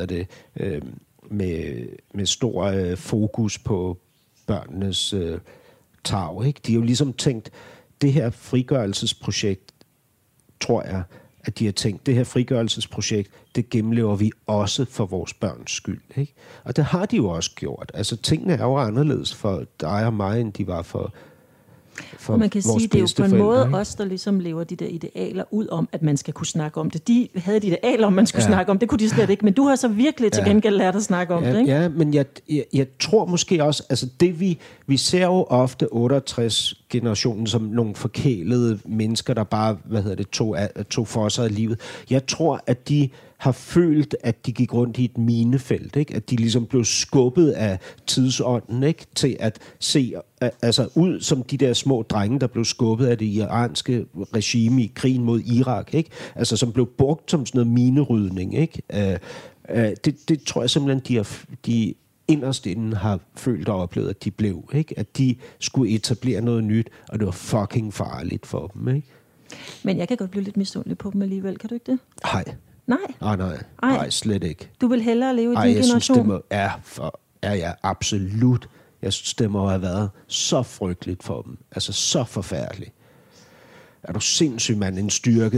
Med stor fokus på børnenes tarv, ikke? De har jo ligesom tænkt, det her frigørelsesprojekt, tror jeg, at de har tænkt, det her frigørelsesprojekt, det gennemlever vi også for vores børns skyld, ikke? Og det har de jo også gjort. Altså, tingene er jo anderledes for dig og mig, end de var for man kan sige, det er jo på en måde ikke? Os, der ligesom lever de der idealer ud om, at man skal kunne snakke om det. De havde et ideal om, man skulle snakke om det, kunne de slet ikke. Men du har så virkelig til gengæld lært at snakke om det, ikke? Ja, men jeg tror måske også, altså det vi ser jo ofte 68-generationen som nogle forkælede mennesker, der bare, tog for sig af livet. Jeg tror, at de har følt, at de gik rundt i et minefelt, ikke? At de ligesom blev skubbet af tidsånden, ikke? Til at se altså ud som de der små drenge, der blev skubbet af det iranske regime i krigen mod Irak, ikke? Altså som blev brugt som sådan noget minerydning, ikke? Det tror jeg simpelthen, de inderst inden har følt og oplevet, at de blev, ikke? At de skulle etablere noget nyt, og det var fucking farligt for dem, ikke? Men jeg kan godt blive lidt misundelig på dem alligevel, kan du ikke det? Nej. Nej, slet ikke. Du vil hellere leve i din generation? Absolut. Jeg synes, det må have været så frygteligt for dem. Altså, så forfærdeligt. Er du sindssyg, mand? En styrke,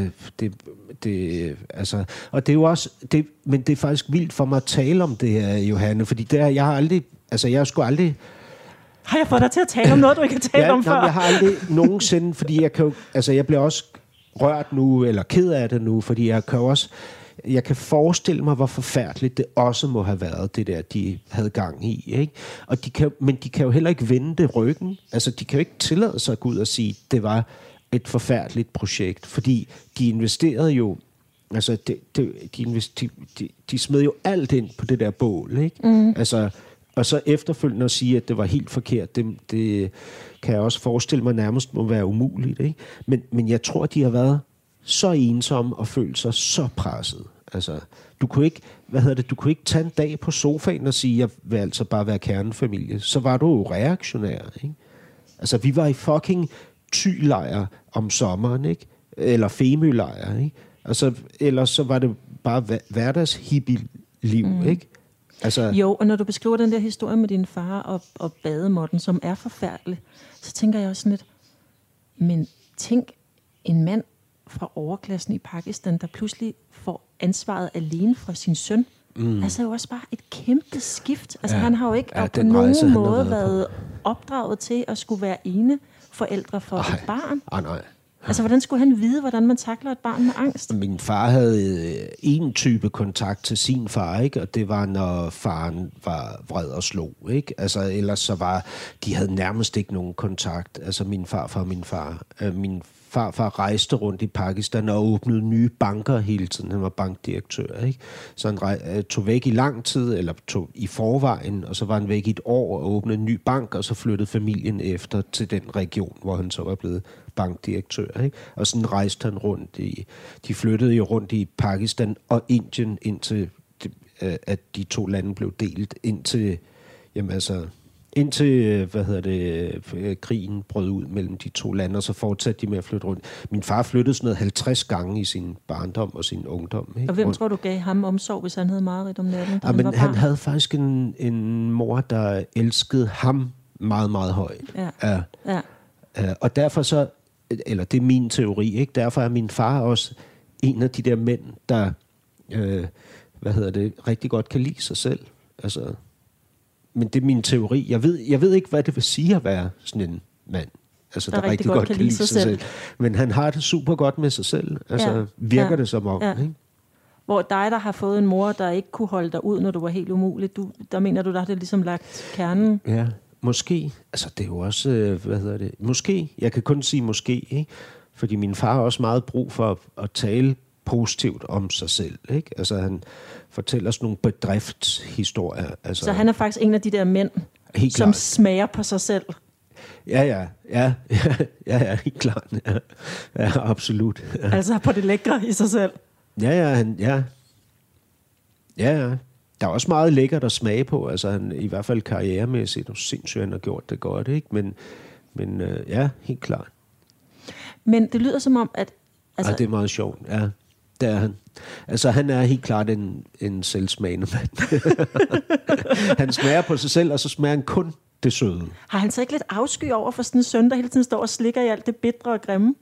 altså... Og det er jo også... Men det er faktisk vildt for mig at tale om det her, Johanne, fordi jeg har aldrig... Har jeg fået dig til at tale om noget, du ikke har talt om før? Jeg har aldrig nogensinde, fordi jeg kan jo... Altså, jeg bliver også rørt nu, eller ked af det nu, fordi jeg kan forestille mig, hvor forfærdeligt det også må have været, det der, de havde gang i, ikke? Og men de kan jo heller ikke vende det ryggen. Altså, de kan jo ikke tillade sig at gå ud og sige, det var et forfærdeligt projekt, fordi de investerede jo, altså, de smed jo alt ind på det der bål, ikke? Altså, og så efterfølgende at sige, at det var helt forkert, det kan jeg også forestille mig nærmest må være umuligt, ikke? Men jeg tror, de har været så ensomme og følt sig så presset. Altså, du kunne ikke tage en dag på sofaen og sige, jeg vil altså bare være kernefamilie. Så var du jo reaktionær, ikke? Altså, vi var i fucking Thy-lejr om sommeren, ikke? Eller Femø-lejr, ikke? Altså, ellers så var det bare hverdags hippie-liv, ikke? Altså... Jo, og når du beskriver den der historie med din far og bademåtten, som er forfærdelig, så tænker jeg også sådan lidt, men tænk en mand fra overklassen i Pakistan, der pludselig får ansvaret alene fra sin søn. Altså jo også bare et kæmpe skift. Altså han har jo ikke på nogen måde været opdraget til at skulle være ene forældre for et barn. Nej. Altså, hvordan skulle han vide, hvordan man takler et barn med angst? Min far havde en type kontakt til sin far, ikke? Og det var, når faren var vred og slog, ikke? Altså, ellers så var... De havde nærmest ikke nogen kontakt. Altså, min farfar og min far. Min farfar rejste rundt i Pakistan og åbnede nye banker hele tiden. Han var bankdirektør, ikke? Så han tog væk i lang tid, eller tog i forvejen, og så var han væk i et år og åbnede en ny bank, og så flyttede familien efter til den region, hvor han så var blevet bankdirektør, ikke? Og sådan rejste han rundt de flyttede jo rundt i Pakistan og Indien, indtil at de to lande blev delt, indtil krigen brød ud mellem de to lande, og så fortsatte de med at flytte rundt. Min far flyttede sådan noget 50 gange i sin barndom og sin ungdom. Ikke? Og hvem tror du gav ham omsorg, hvis han havde mareridt om natten, da han var barn? Han havde faktisk en mor, der elskede ham meget, meget højt. Ja. Og derfor så, eller det er min teori, ikke? Derfor er min far også en af de der mænd, der rigtig godt kan lide sig selv. Altså, men det er min teori. Jeg ved ikke, hvad det vil sige at være sådan en mand. Altså, der rigtig godt kan lide sig selv. Men han har det super godt med sig selv. Altså, virker det som om. Ja. Ikke? Hvor dig, der har fået en mor, der ikke kunne holde dig ud, når du var helt umulig, der mener du, der har det ligesom lagt kernen? Ja, måske. Altså, det er jo også, måske. Jeg kan kun sige måske, ikke? Fordi min far har også meget brug for at tale positivt om sig selv, ikke? Altså, han fortæller sådan nogle bedriftshistorier. Altså, så han er faktisk en af de der mænd, som smager på sig selv? Ja, helt klart. Ja, absolut. Ja. Altså på det lækre i sig selv? Ja. Der er også meget lækkert at smage på. Altså, han, i hvert fald karrieremæssigt, og sindssygt, han har gjort det godt, ikke? Men ja, helt klart. Men det lyder som om, at... Altså, det er meget sjovt, ja. Det er han. Altså, han er helt klart en selvsmagende mand. Han smager på sig selv, og så smager han kun det søde. Har han så ikke lidt afsky over for sådan en søn, der hele tiden står og slikker i alt det bitre og grimme?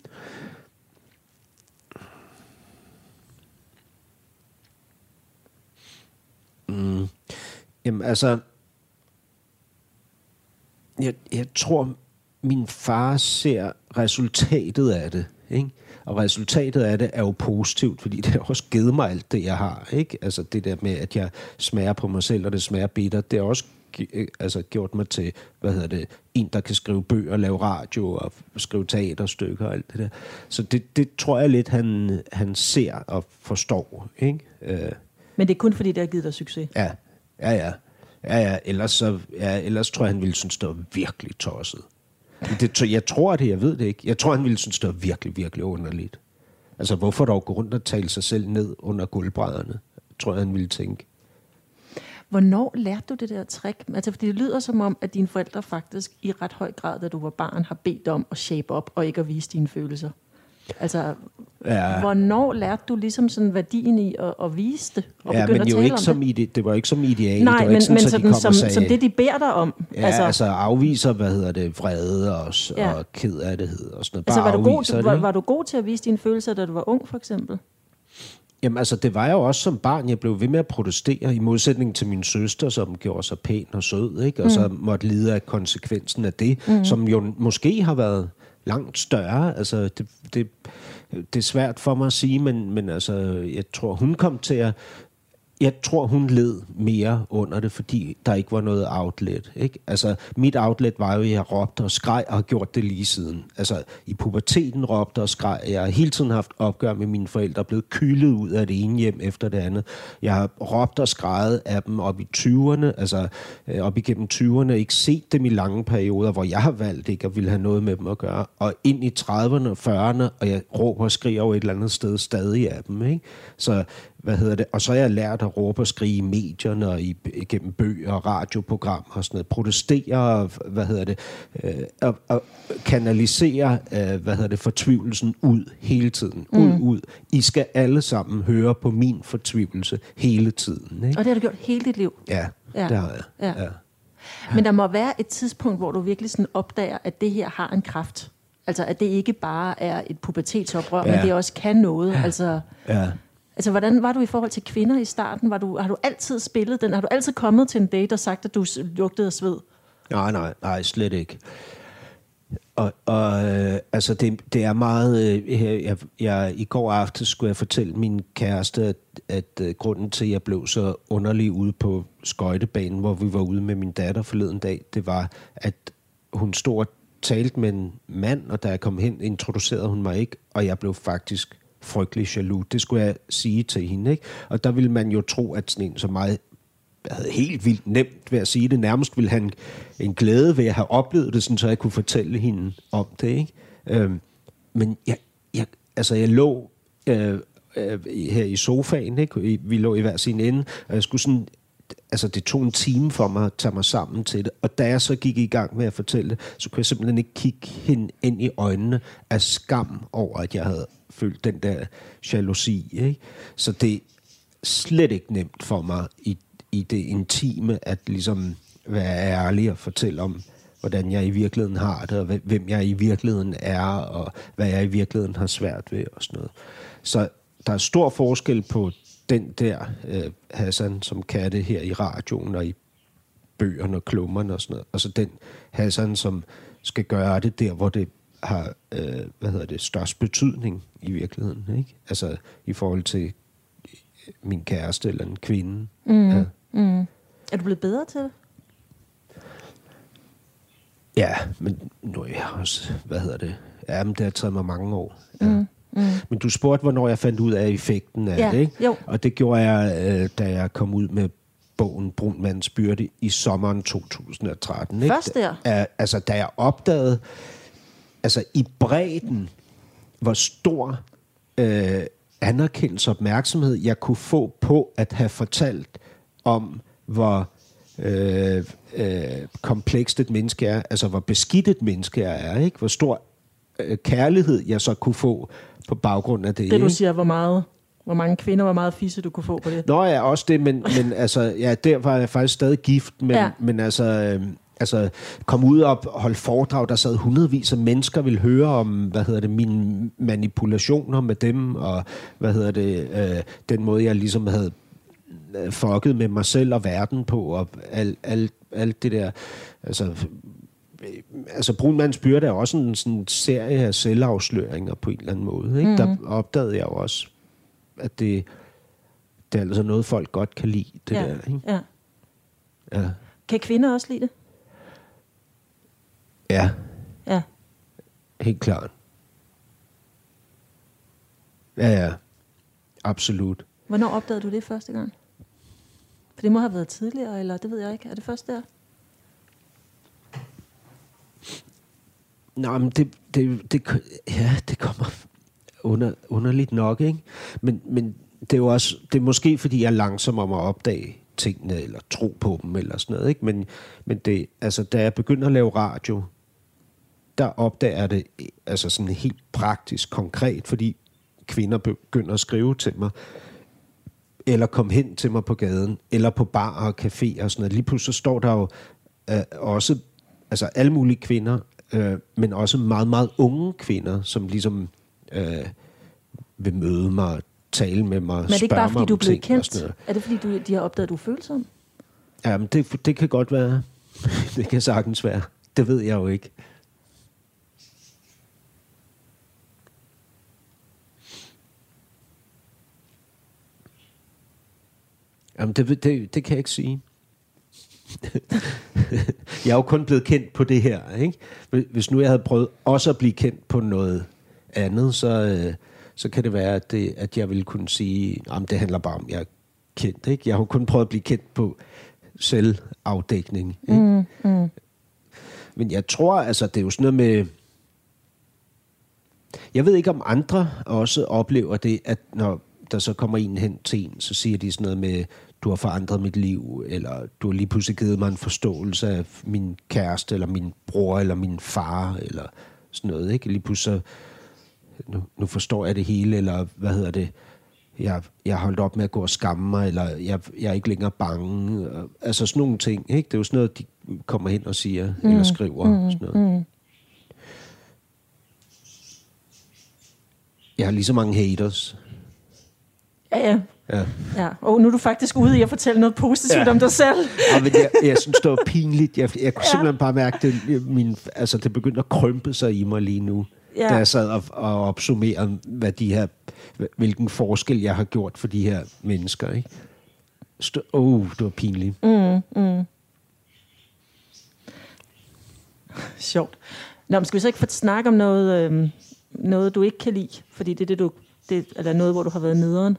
Jamen, altså... Jeg tror, min far ser resultatet af det, ikke? Og resultatet af det er jo positivt, fordi det har også givet mig alt det, jeg har, ikke? Altså det der med, at jeg smager på mig selv, og det smager bitter, det har også gjort mig til, en, der kan skrive bøger, lave radio og skrive teaterstykker og alt det der. Så det tror jeg lidt, han ser og forstår, ikke? Men det er kun fordi, det har givet dig succes? Ja. Ellers tror jeg, han ville synes, det var virkelig tosset. Jeg tror det, jeg ved det ikke. Jeg tror, han ville synes, det var virkelig, virkelig underligt. Altså, hvorfor dog gå rundt og tale sig selv ned under gulvbrædderne? Tror jeg, han ville tænke. Hvornår lærte du det der trick? Altså, fordi det lyder som om, at dine forældre faktisk i ret høj grad, da du var barn, har bedt om at shape op og ikke at vise dine følelser. Altså, hvornår lærte du ligesom sådan værdien i at vise det? Og men jo ikke som det var ikke som ideal. Nej, det var ikke sådan, som det, de beder dig om. Ja, altså afviser, vrede og kedattighed og sådan noget. Altså, var du god til at vise dine følelser, da du var ung, for eksempel? Jamen altså, det var jeg jo også som barn. Jeg blev ved med at protestere, i modsætning til min søster, som gjorde sig pæn og sød, ikke? Og så måtte lide af konsekvensen af det, som jo måske har været langt større. Altså, det er svært for mig at sige, men altså, jeg tror, hun kom til at... Jeg tror, hun led mere under det, fordi der ikke var noget outlet, ikke? Altså, mit outlet var jo, at jeg råbte og skreg, og har gjort det lige siden. Altså, i puberteten råbte og skreg. Jeg har hele tiden haft opgør med mine forældre, blevet kylet ud af det ene hjem efter det andet. Jeg har råbt og skreget af dem op i 20'erne, altså op igennem 20'erne, ikke set dem i lange perioder, hvor jeg har valgt ikke at ville have noget med dem at gøre. Og ind i 30'erne og 40'erne, og jeg råber og skriger over et eller andet sted stadig af dem, ikke? Så og så har jeg lært at råbe og skrige i medierne og igennem bøger og radioprogrammer og sådan noget. Protestere og kanalisere, fortvivlelsen ud hele tiden. Ud. I skal alle sammen høre på min fortvivlelse hele tiden, ikke? Og det har du gjort hele dit liv? Ja. Det har jeg. Ja. Men der må være et tidspunkt, hvor du virkelig sådan opdager, at det her har en kraft. Altså, at det ikke bare er et pubertetsoprør, men det også kan noget. Altså, hvordan var du i forhold til kvinder i starten? Har du altid spillet den? Har du altid kommet til en date og sagt, at du lugtede af sved? Nej, slet ikke. Altså det er meget... Jeg i går aftes skulle jeg fortælle min kæreste, at grunden til, at jeg blev så underlig ude på skøjtebanen, hvor vi var ude med min datter forleden dag, det var, at hun stod og talte med en mand, og da jeg kom hen, introducerede hun mig ikke, og jeg blev faktisk frygtelig jaloux. Det skulle jeg sige til hende, ikke? Og der ville man jo tro, at sådan en som mig havde helt vildt nemt ved at sige det. Nærmest ville han en glæde ved at have oplevet det, sådan, så jeg kunne fortælle hende om det, ikke? Men jeg lå her i sofaen, ikke? Vi lå i hver sin ende, og jeg skulle sådan... Altså, det tog en time for mig at tage mig sammen til det. Og da jeg så gik i gang med at fortælle det, så kunne jeg simpelthen ikke kigge hende ind i øjnene af skam over, at jeg havde følt den der jalousi, ikke? Så det er slet ikke nemt for mig i det intime at ligesom være ærlig og fortælle om, hvordan jeg i virkeligheden har det, og hvem jeg i virkeligheden er, og hvad jeg i virkeligheden har svært ved, og sådan noget. Så der er stor forskel på den der Hassan, som kan det her i radioen og i bøgerne og klummerne og sådan noget, og så den Hassan, som skal gøre det der, hvor det har størst betydning i virkeligheden, ikke? Altså i forhold til min kæreste eller en kvinde. Ja. Er du blevet bedre til det? Ja, men nu er jeg også, Ja, men det har taget mig mange år. Ja. Men du spurgte, hvornår jeg fandt ud af effekten af det, ikke? Jo. Og det gjorde jeg, da jeg kom ud med bogen Brun Mands Byrde i sommeren 2013. Ikke? Først der? Altså, da jeg opdagede, altså i bredden, hvor stor anerkendelse og opmærksomhed jeg kunne få på at have fortalt om, hvor komplekst et menneske er, altså hvor beskidt et menneske jeg er, ikke? Hvor stor kærlighed jeg så kunne få på baggrund af det. Det du siger, hvor mange kvinder, hvor meget fisse du kunne få på det. Nå ja, også det, men altså, ja, der var jeg faktisk stadig gift, men altså kom ud og holde foredrag, der sad hundredvis af mennesker, ville høre om, mine manipulationer med dem, og den måde, jeg ligesom havde fucket med mig selv og verden på, og alt det der, altså Brun Mands Byrde er også en sådan serie af selvafsløringer på en eller anden måde, ikke? Der opdagede jeg jo også, at det er altså noget, folk godt kan lide, det der, ikke? Ja. Ja. Kan kvinder også lide det? Ja. Ja. Helt klart. Ja. Absolut. Hvornår opdagede du det første gang? For det må have været tidligere, eller det ved jeg ikke. Er det først der? Nå, men det kommer underligt nok, ikke? Men det er jo også, det er måske fordi jeg er langsom om at opdage tingene, eller tro på dem, eller sådan noget, ikke? Men det, altså, da jeg begynder at lave radio, der opdager jeg det altså sådan helt praktisk, konkret, fordi kvinder begynder at skrive til mig, eller komme hen til mig på gaden, eller på bar og café og sådan noget. Lige pludselig står der jo også altså alle mulige kvinder, men også meget, meget unge kvinder, som ligesom vil møde mig, tale med mig, spørge mig om ting. Men er det ikke bare, fordi du er blevet kendt? Er det, fordi de har opdaget, at du er følsom? Jamen, det kan godt være. Det kan sagtens være. Det ved jeg jo ikke. Jamen, det kan jeg ikke sige. Jeg er jo kun blevet kendt på det her, ikke? Hvis nu jeg havde prøvet også at blive kendt på noget andet, så kan det være, at jeg ville kunne sige, at det handler bare om, at jeg er kendt, ikke? Jeg har jo kun prøvet at blive kendt på selvafdækning, ikke? Men jeg tror, altså, det er jo sådan noget med... Jeg ved ikke, om andre også oplever det, at når der så kommer en hen til en, så siger de sådan noget med, du har forandret mit liv, eller du har lige pludselig givet mig en forståelse af min kæreste, eller min bror, eller min far, eller sådan noget, ikke? Lige pludselig, nu forstår jeg det hele, eller jeg har holdt op med at gå og skamme mig, eller jeg er ikke længere bange. Altså sådan nogle ting, ikke? Det er jo sådan noget, de kommer hen og siger, eller skriver, sådan noget. Jeg har lige så mange haters. Ja. Ja. Og nu er du faktisk ude i at fortælle noget positivt om dig selv. Ja, men jeg synes, det var pinligt. Jeg kunne simpelthen bare mærke, det, det begyndte at krympe sig i mig lige nu, da jeg sad og opsummerede, hvilken forskel jeg har gjort for de her mennesker. Ikke? Det var pinligt. Sjovt. Nå, men skal vi så ikke snakke om noget du ikke kan lide? Fordi det er noget, hvor du har været nederen.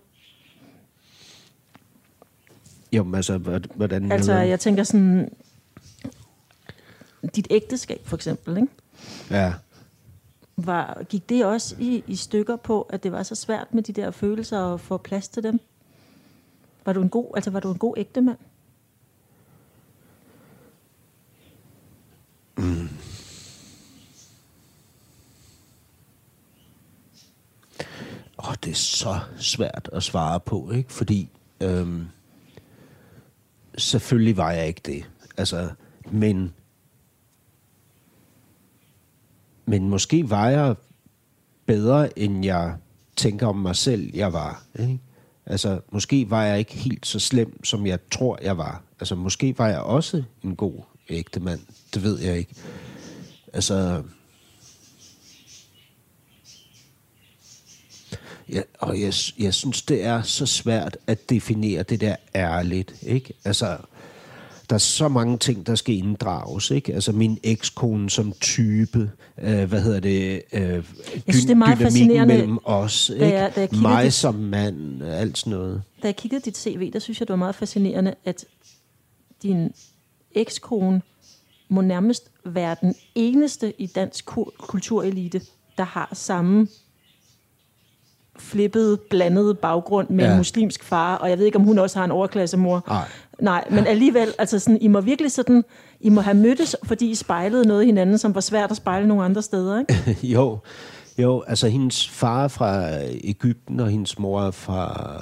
Jo, altså, hvordan... Altså, jeg tænker sådan... Dit ægteskab, for eksempel, ikke? Ja. Gik det også i stykker på, at det var så svært med de der følelser at få plads til dem? Var du en god ægtemand? Det er så svært at svare på, ikke? Fordi selvfølgelig var jeg ikke det. Altså, men måske var jeg bedre, end jeg tænker om mig selv, jeg var. Ikke? Altså, måske var jeg ikke helt så slem, som jeg tror, jeg var. Altså, måske var jeg også en god ægtemand. Det ved jeg ikke. Altså... Ja, og jeg synes, det er så svært at definere det der ærligt, ikke? Altså, der er så mange ting, der skal inddrages, ikke? Altså, min ekskone som type, dynamikken mellem os, ikke? Mig som mand, alt sådan noget. Da jeg kiggede dit CV, der synes jeg, det var meget fascinerende, at din ekskone må nærmest være den eneste i dansk kulturelite, der har samme flippet, blandet baggrund med en muslimsk far, og jeg ved ikke, om hun også har en overklassemor. Nej, men alligevel, altså sådan, I må have mødtes, fordi I spejlede noget i hinanden, som var svært at spejle nogle andre steder, ikke? Jo, altså hendes far er fra Egypten, og hendes mor er fra...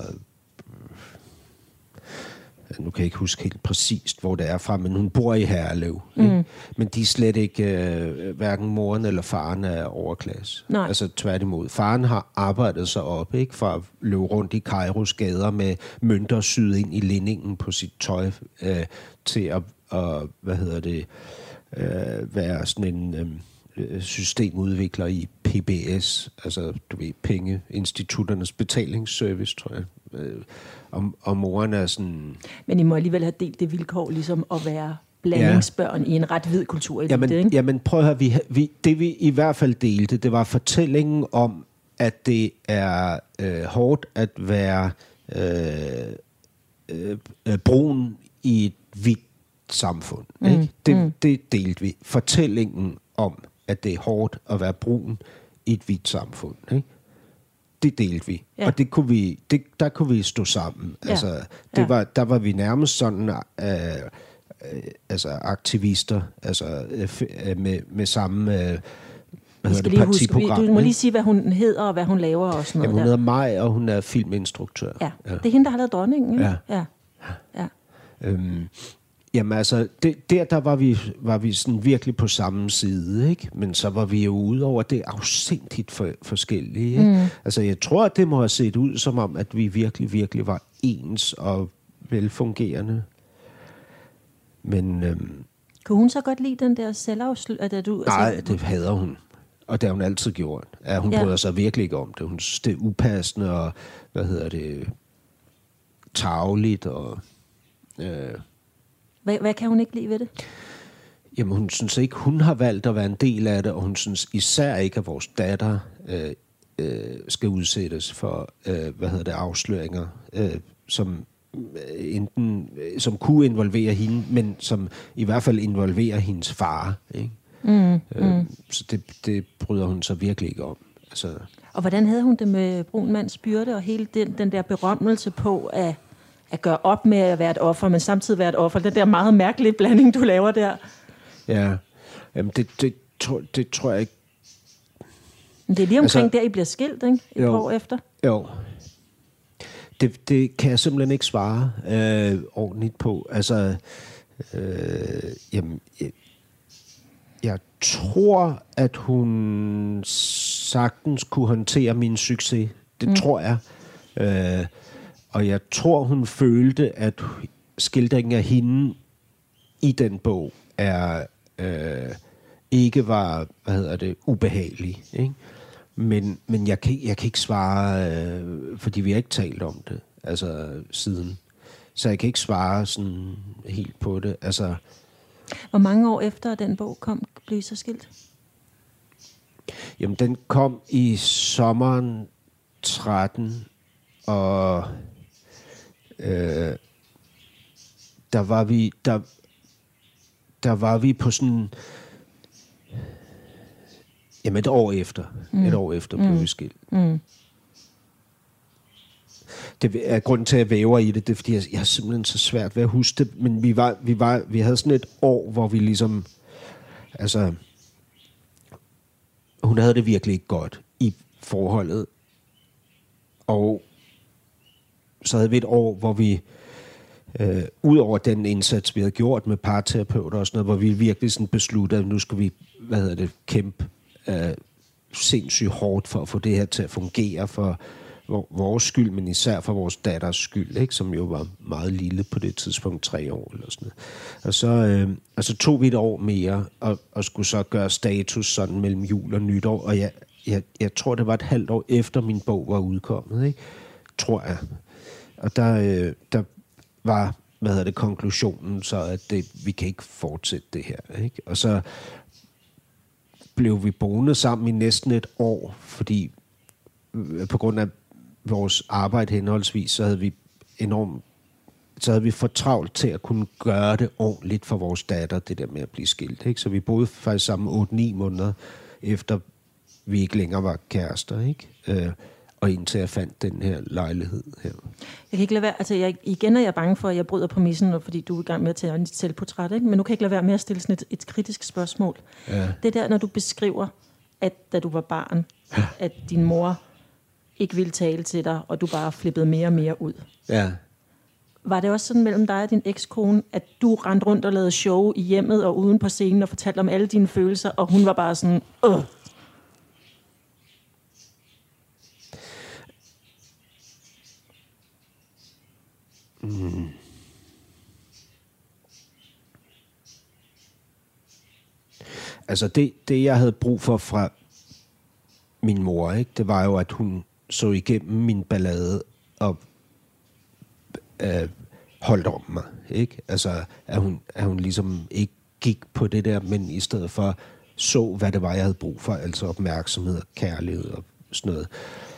Nu kan jeg ikke huske helt præcist, hvor det er fra, men hun bor i Herlev. Men de er slet ikke, hverken moren eller faren er overklasse. Nej. Altså tværtimod. Faren har arbejdet sig op, ikke, fra at løbe rundt i Kairos gader med mønter syet ind i linningen på sit tøj, til at være sådan en systemudvikler i PBS, altså du ved, pengeinstitutternes betalingsservice, tror jeg. Og moren er sådan... Men I må alligevel have delt det vilkår, ligesom at være blandingsbørn i en ret hvid kultur. Jamen prøv at høre, det vi i hvert fald delte, det var fortællingen om, at det er hårdt at være brun i et hvidt samfund. Ikke? Det delte vi. Fortællingen om, at det er hårdt at være brun i et hvidt samfund. Ikke? Det delte vi. Ja. Og der kunne vi stå sammen. Ja. Altså, der var vi nærmest sådan aktivister, altså med samme partiprogram. Du må lige sige, hvad hun hedder og hvad hun laver og sådan noget. Hun hedder Maj, og hun er filminstruktør. Ja. Det er hende, der har lavet Dronningen. Ja. Jamen altså, der var vi sådan virkelig på samme side, ikke? Men så var vi jo ude over det afsindigt forskellige, ikke? Altså, jeg tror, at det må have set ud som om, at vi virkelig, virkelig var ens og velfungerende. Men... Kunne hun så godt lide den der selvafsløring? Nej, det hader hun. Og det har hun altid gjort. Ja, hun bryder sig virkelig ikke om det. Hun synes, det er upassende og, tarveligt og... Hvad kan hun ikke lide ved det? Jamen, hun synes ikke, hun har valgt at være en del af det, og hun synes især ikke, at vores datter skal udsættes for, afsløringer, som kunne involvere hende, men som i hvert fald involverer hendes far. Ikke? Så det bryder hun sig virkelig ikke om. Altså. Og hvordan havde hun det med brun mands byrde, og hele den der berømmelse på at gøre op med at være et offer, men samtidig være et offer? Den der meget mærkelige blanding, du laver der. Ja, jamen det tror jeg ikke. Men det er lige omkring der, I bliver skilt, ikke? Et år efter. Jo. Det kan jeg simpelthen ikke svare ordentligt på. Altså, jeg tror, at hun sagtens kunne håndtere min succes. Det tror jeg. Og jeg tror, hun følte, at skildringen af hende i den bog ikke var, ubehagelig. Ikke? Men jeg kan ikke svare, fordi vi har ikke talt om det, altså siden. Så jeg kan ikke svare sådan helt på det. Altså, hvor mange år efter den bog blev I så skilt? Jamen, den kom i sommeren 13, og der var vi på sådan... Jamen, et år efter. Et år efter blev vi skilt. Det er grunden til, at jeg væver i det, det er, fordi jeg har simpelthen så svært ved at huske det, men vi havde sådan et år, hvor vi ligesom... Altså... Hun havde det virkelig ikke godt i forholdet. Og så havde vi et år, hvor vi, ud over den indsats, vi havde gjort med parterapeuter og sådan noget, hvor vi virkelig sådan besluttede, at nu skal vi, kæmpe sindssygt hårdt for at få det her til at fungere for vores skyld, men især for vores datters skyld, ikke? Som jo var meget lille på det tidspunkt, 3 år eller sådan noget. Og så tog vi et år mere, og skulle så gøre status sådan mellem jul og nytår, og jeg tror, det var et halvt år efter min bog var udkommet, ikke? Tror jeg. Og der var, konklusionen så, at vi kan ikke fortsætte det her, ikke? Og så blev vi boende sammen i næsten et år, fordi på grund af vores arbejde henholdsvis, så havde vi for travlt til at kunne gøre det ordentligt for vores datter, det der med at blive skilt, ikke? Så vi boede faktisk sammen 8-9 måneder efter vi ikke længere var kærester, ikke? Og indtil jeg fandt den her lejlighed her. Jeg kan ikke lade være, altså igen er jeg bange for, at jeg bryder præmissen, fordi du er i gang med at tage dit selvportræt, ikke? Men nu kan jeg ikke lade være med at stille sådan et kritisk spørgsmål. Ja. Det der, når du beskriver, at da du var barn, at din mor ikke ville tale til dig, og du bare flippede mere og mere ud. Ja. Var det også sådan mellem dig og din ekskone, at du rendte rundt og lavede show i hjemmet og uden på scenen og fortalte om alle dine følelser, og hun var bare sådan, Altså det jeg havde brug for fra min mor, ikke? Det var jo, at hun så igennem min ballade og holdt om mig, ikke? Altså at hun ligesom ikke gik på det der, men i stedet for så, hvad det var, jeg havde brug for, altså opmærksomhed og kærlighed og sådan noget.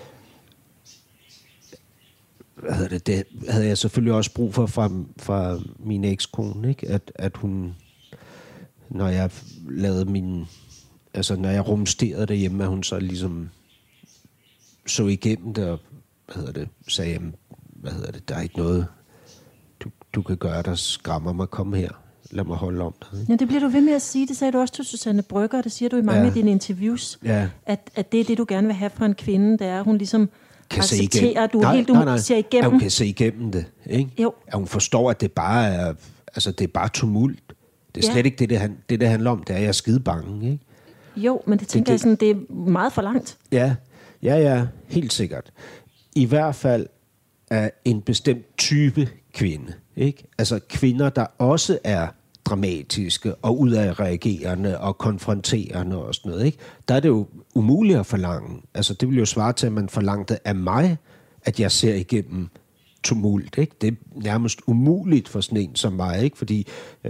Det havde jeg selvfølgelig også brug for fra min ekskone, ikke? At hun, når jeg lavede når jeg rumsterede derhjemme, at hun så ligesom så igennem det og, sagde, der er ikke noget, du kan gøre, der skræmmer mig, kom her, lad mig holde om dig. Ikke? Ja, det bliver du ved med at sige, det sagde du også til Susanne Brøgger, det siger du i mange af dine interviews, at det er det, du gerne vil have fra en kvinde, det er, at hun ligesom kan accepterer, du ser igennem. At hun kan se igennem det, ikke? Jo. At hun forstår, at det bare er, det er bare tumult. Det er slet ikke det handler om, det er, jeg er skide bange, ikke? Jo, men det tænker jeg sådan, det er meget for langt. Ja, helt sikkert. I hvert fald er en bestemt type kvinde, ikke? Altså kvinder, der også er dramatiske og udadreagerende og konfronterende og sådan noget, ikke? Der er det jo umuligt at forlange. Altså det vil jo svare til, at man forlangte af mig, at jeg ser igennem tumult, ikke? Det er nærmest umuligt for sådan en som mig, ikke? Fordi,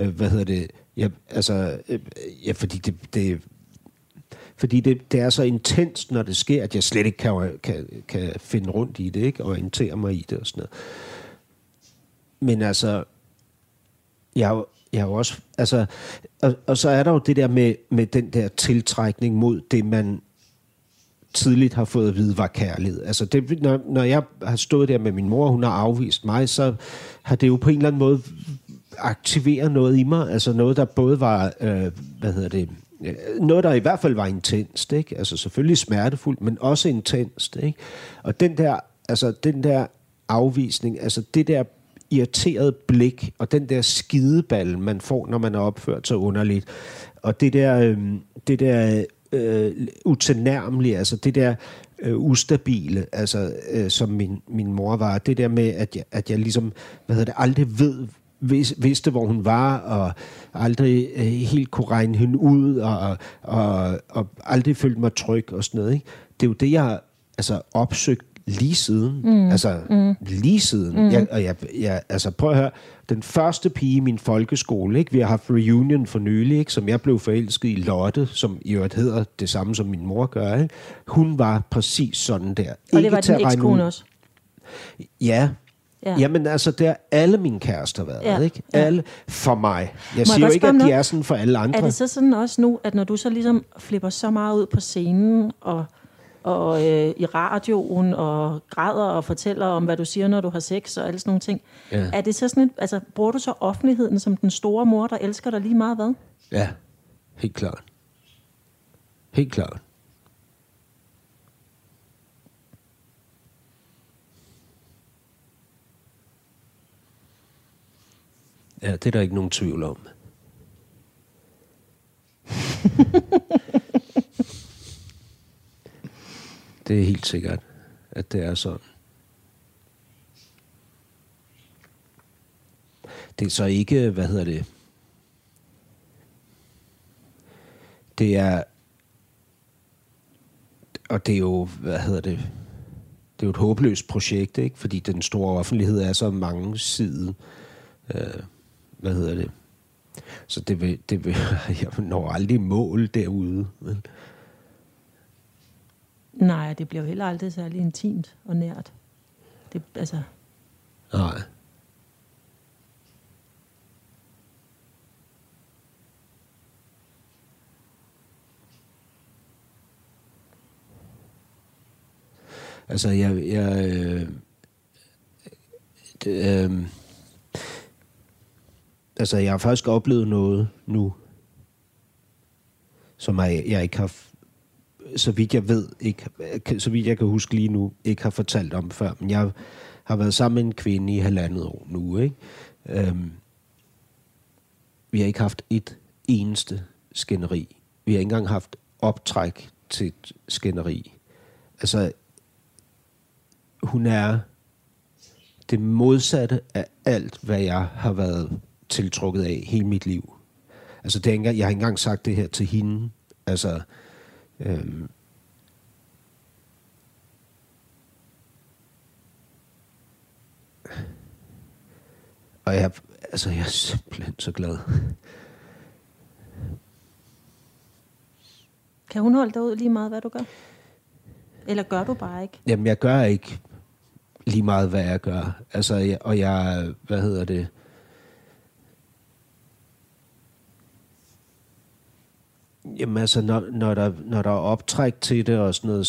fordi det er så intenst, når det sker, at jeg slet ikke kan finde rundt i det, ikke? Og orientere mig i det og sådan noget. Men altså, jeg har jo også, altså, og så er der jo det der med den der tiltrækning mod det, man tidligt har fået at vide var kærlighed. Altså det, når jeg har stået der med min mor, hun har afvist mig, så har det jo på en eller anden måde aktiveret noget i mig. Altså noget, der både var, noget, der i hvert fald var intenst, ikke? Altså selvfølgelig smertefuldt, men også intenst, ikke? Og den der afvisning, altså det der irriterede blik, og den der skideball, man får, når man er opført så underligt, og det der utilnærmelige, altså det der ustabile, altså som min mor var. Det der med, at jeg ligesom, aldrig vidste, hvor hun var, og aldrig helt kunne regne hende ud, og aldrig følte mig tryg og sådan noget. Ikke? Det er jo det, jeg har opsøgt lige siden. Lige siden. Jeg prøv at høre, den første pige i min folkeskole, ikke? Vi har haft reunion for nylig, ikke? Som jeg blev forelsket i, Lotte, som i øvrigt hedder det samme, som min mor gør. Ikke? Hun var præcis sådan der. Og det var din ekskone også? Ja. Jamen det er alle mine kærester været, ikke? Alle for mig. Jeg siger jo ikke, at de er sådan for alle andre. Er det så sådan også nu, at når du så ligesom flipper så meget ud på scenen, og i radioen, og græder og fortæller om, hvad du siger, når du har sex, og alle sådan nogle ting. Ja. Er det så sådan bruger du så offentligheden som den store mor, der elsker dig lige meget, hvad? Ja, helt klart. Helt klart. Ja, det er der ikke nogen tvivl om. Det er helt sikkert, at det er sådan. Det er så ikke, det er, og det er jo, det er jo et håbløst projekt, ikke? Fordi den store offentlighed er så mange sider. Så det vil jeg når aldrig mål derude. Men. Nej, det bliver jo heller aldrig særlig intimt og nært. Det, Nej. Jeg har faktisk oplevet noget nu, som jeg ikke har, så vidt jeg ved, ikke, så vidt jeg kan huske lige nu, ikke har fortalt om før. Men jeg har været sammen med en kvinde i 1,5 år nu, ikke? Vi har ikke haft et eneste skænderi. Vi har ikke engang haft optræk til et skænderi. Hun er det modsatte af alt, hvad jeg har været tiltrukket af hele mit liv. Jeg har ikke engang sagt det her til hende. Og jeg er simpelthen så glad. Kan hun holde dig ud lige meget, hvad du gør? Eller gør du bare ikke? Jamen, jeg gør ikke lige meget, hvad jeg gør. Jamen, når der er optræk til det og sådan noget,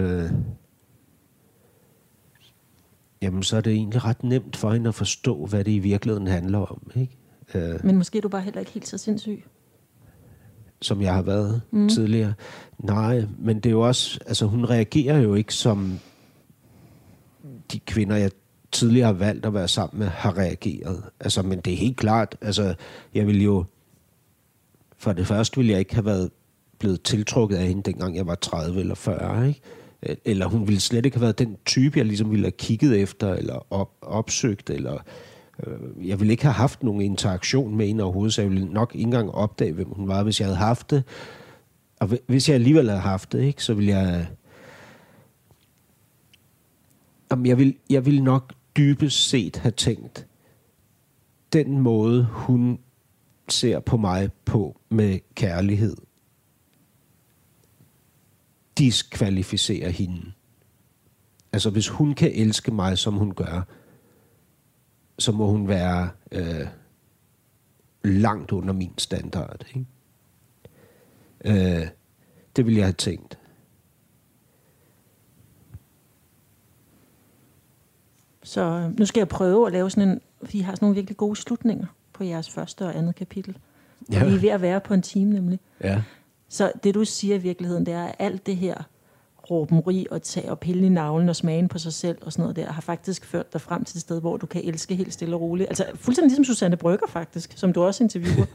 så er det egentlig ret nemt for hende at forstå, hvad det i virkeligheden handler om, ikke? Men måske er du bare heller ikke helt så sindssyg. Som jeg har været tidligere. Nej, men det er jo også, hun reagerer jo ikke som de kvinder, jeg tidligere har valgt at være sammen med, har reageret. Men det er helt klart, jeg vil jo, for det første ville jeg ikke have været blevet tiltrukket af hende, dengang jeg var 30 eller 40, ikke? Eller hun ville slet ikke have været den type, jeg ligesom ville have kigget efter, eller opsøgt, eller jeg ville ikke have haft nogen interaktion med hende overhovedet, så jeg ville nok ikke engang opdage, hvem hun var, hvis jeg havde haft det. Og hvis jeg alligevel havde haft det, ikke, så ville jeg ville nok dybest set have tænkt, den måde, hun ser på mig på med kærlighed, diskvalificerer hende. Hvis hun kan elske mig, som hun gør, så må hun være langt under min standard, ikke? Det ville jeg have tænkt. Så nu skal jeg prøve at lave sådan en, fordi I har sådan nogle virkelig gode slutninger på jeres første og andet kapitel. Ja. Vi er ved at være på en time nemlig. Ja. Så det du siger i virkeligheden, det er, at alt det her råbenri og tage og pille i navlen og smagen på sig selv og sådan noget der, har faktisk ført dig frem til et sted, hvor du kan elske helt stille og roligt. Fuldstændig ligesom Susanne Brøgger faktisk, som du også interviewer.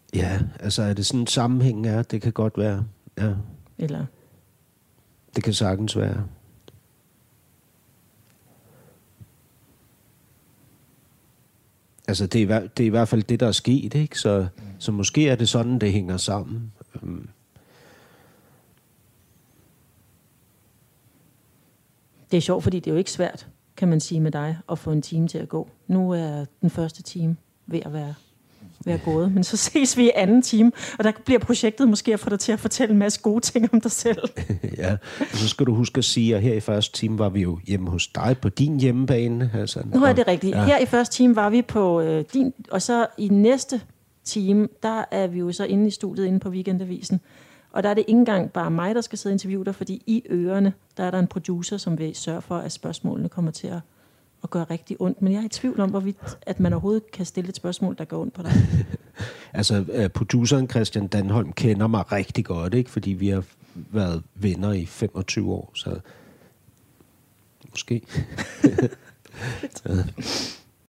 Ja, altså er det sådan en sammenhæng er, det kan godt være. Ja. Eller? Det kan sagtens være. Altså det er i hvert fald det, der er sket, ikke? Så måske er det sådan, det hænger sammen. Det er sjovt, fordi det er jo ikke svært, kan man sige med dig, at få en time til at gå. Nu er den første time ved at være gået, men så ses vi i anden time, og der bliver projektet måske at få dig til at fortælle en masse gode ting om dig selv. Ja, og så skal du huske at sige, at her i første time var vi jo hjemme hos dig på din hjemmebane. Altså, nu er det rigtigt. Ja. Her i første time var vi på din, og så i næste time, der er vi jo så inde i studiet, inde på Weekendavisen. Og der er det ikke engang bare mig, der skal sidde og interviewe dig, fordi i ørerne, der er der en producer, som vil sørge for, at spørgsmålene kommer til at gøre rigtig ondt. Men jeg er i tvivl om, hvorvidt at man overhovedet kan stille et spørgsmål, der gør ondt på dig. Altså, produceren Christian Danholm kender mig rigtig godt, ikke? Fordi vi har været venner i 25 år, så måske. Ja.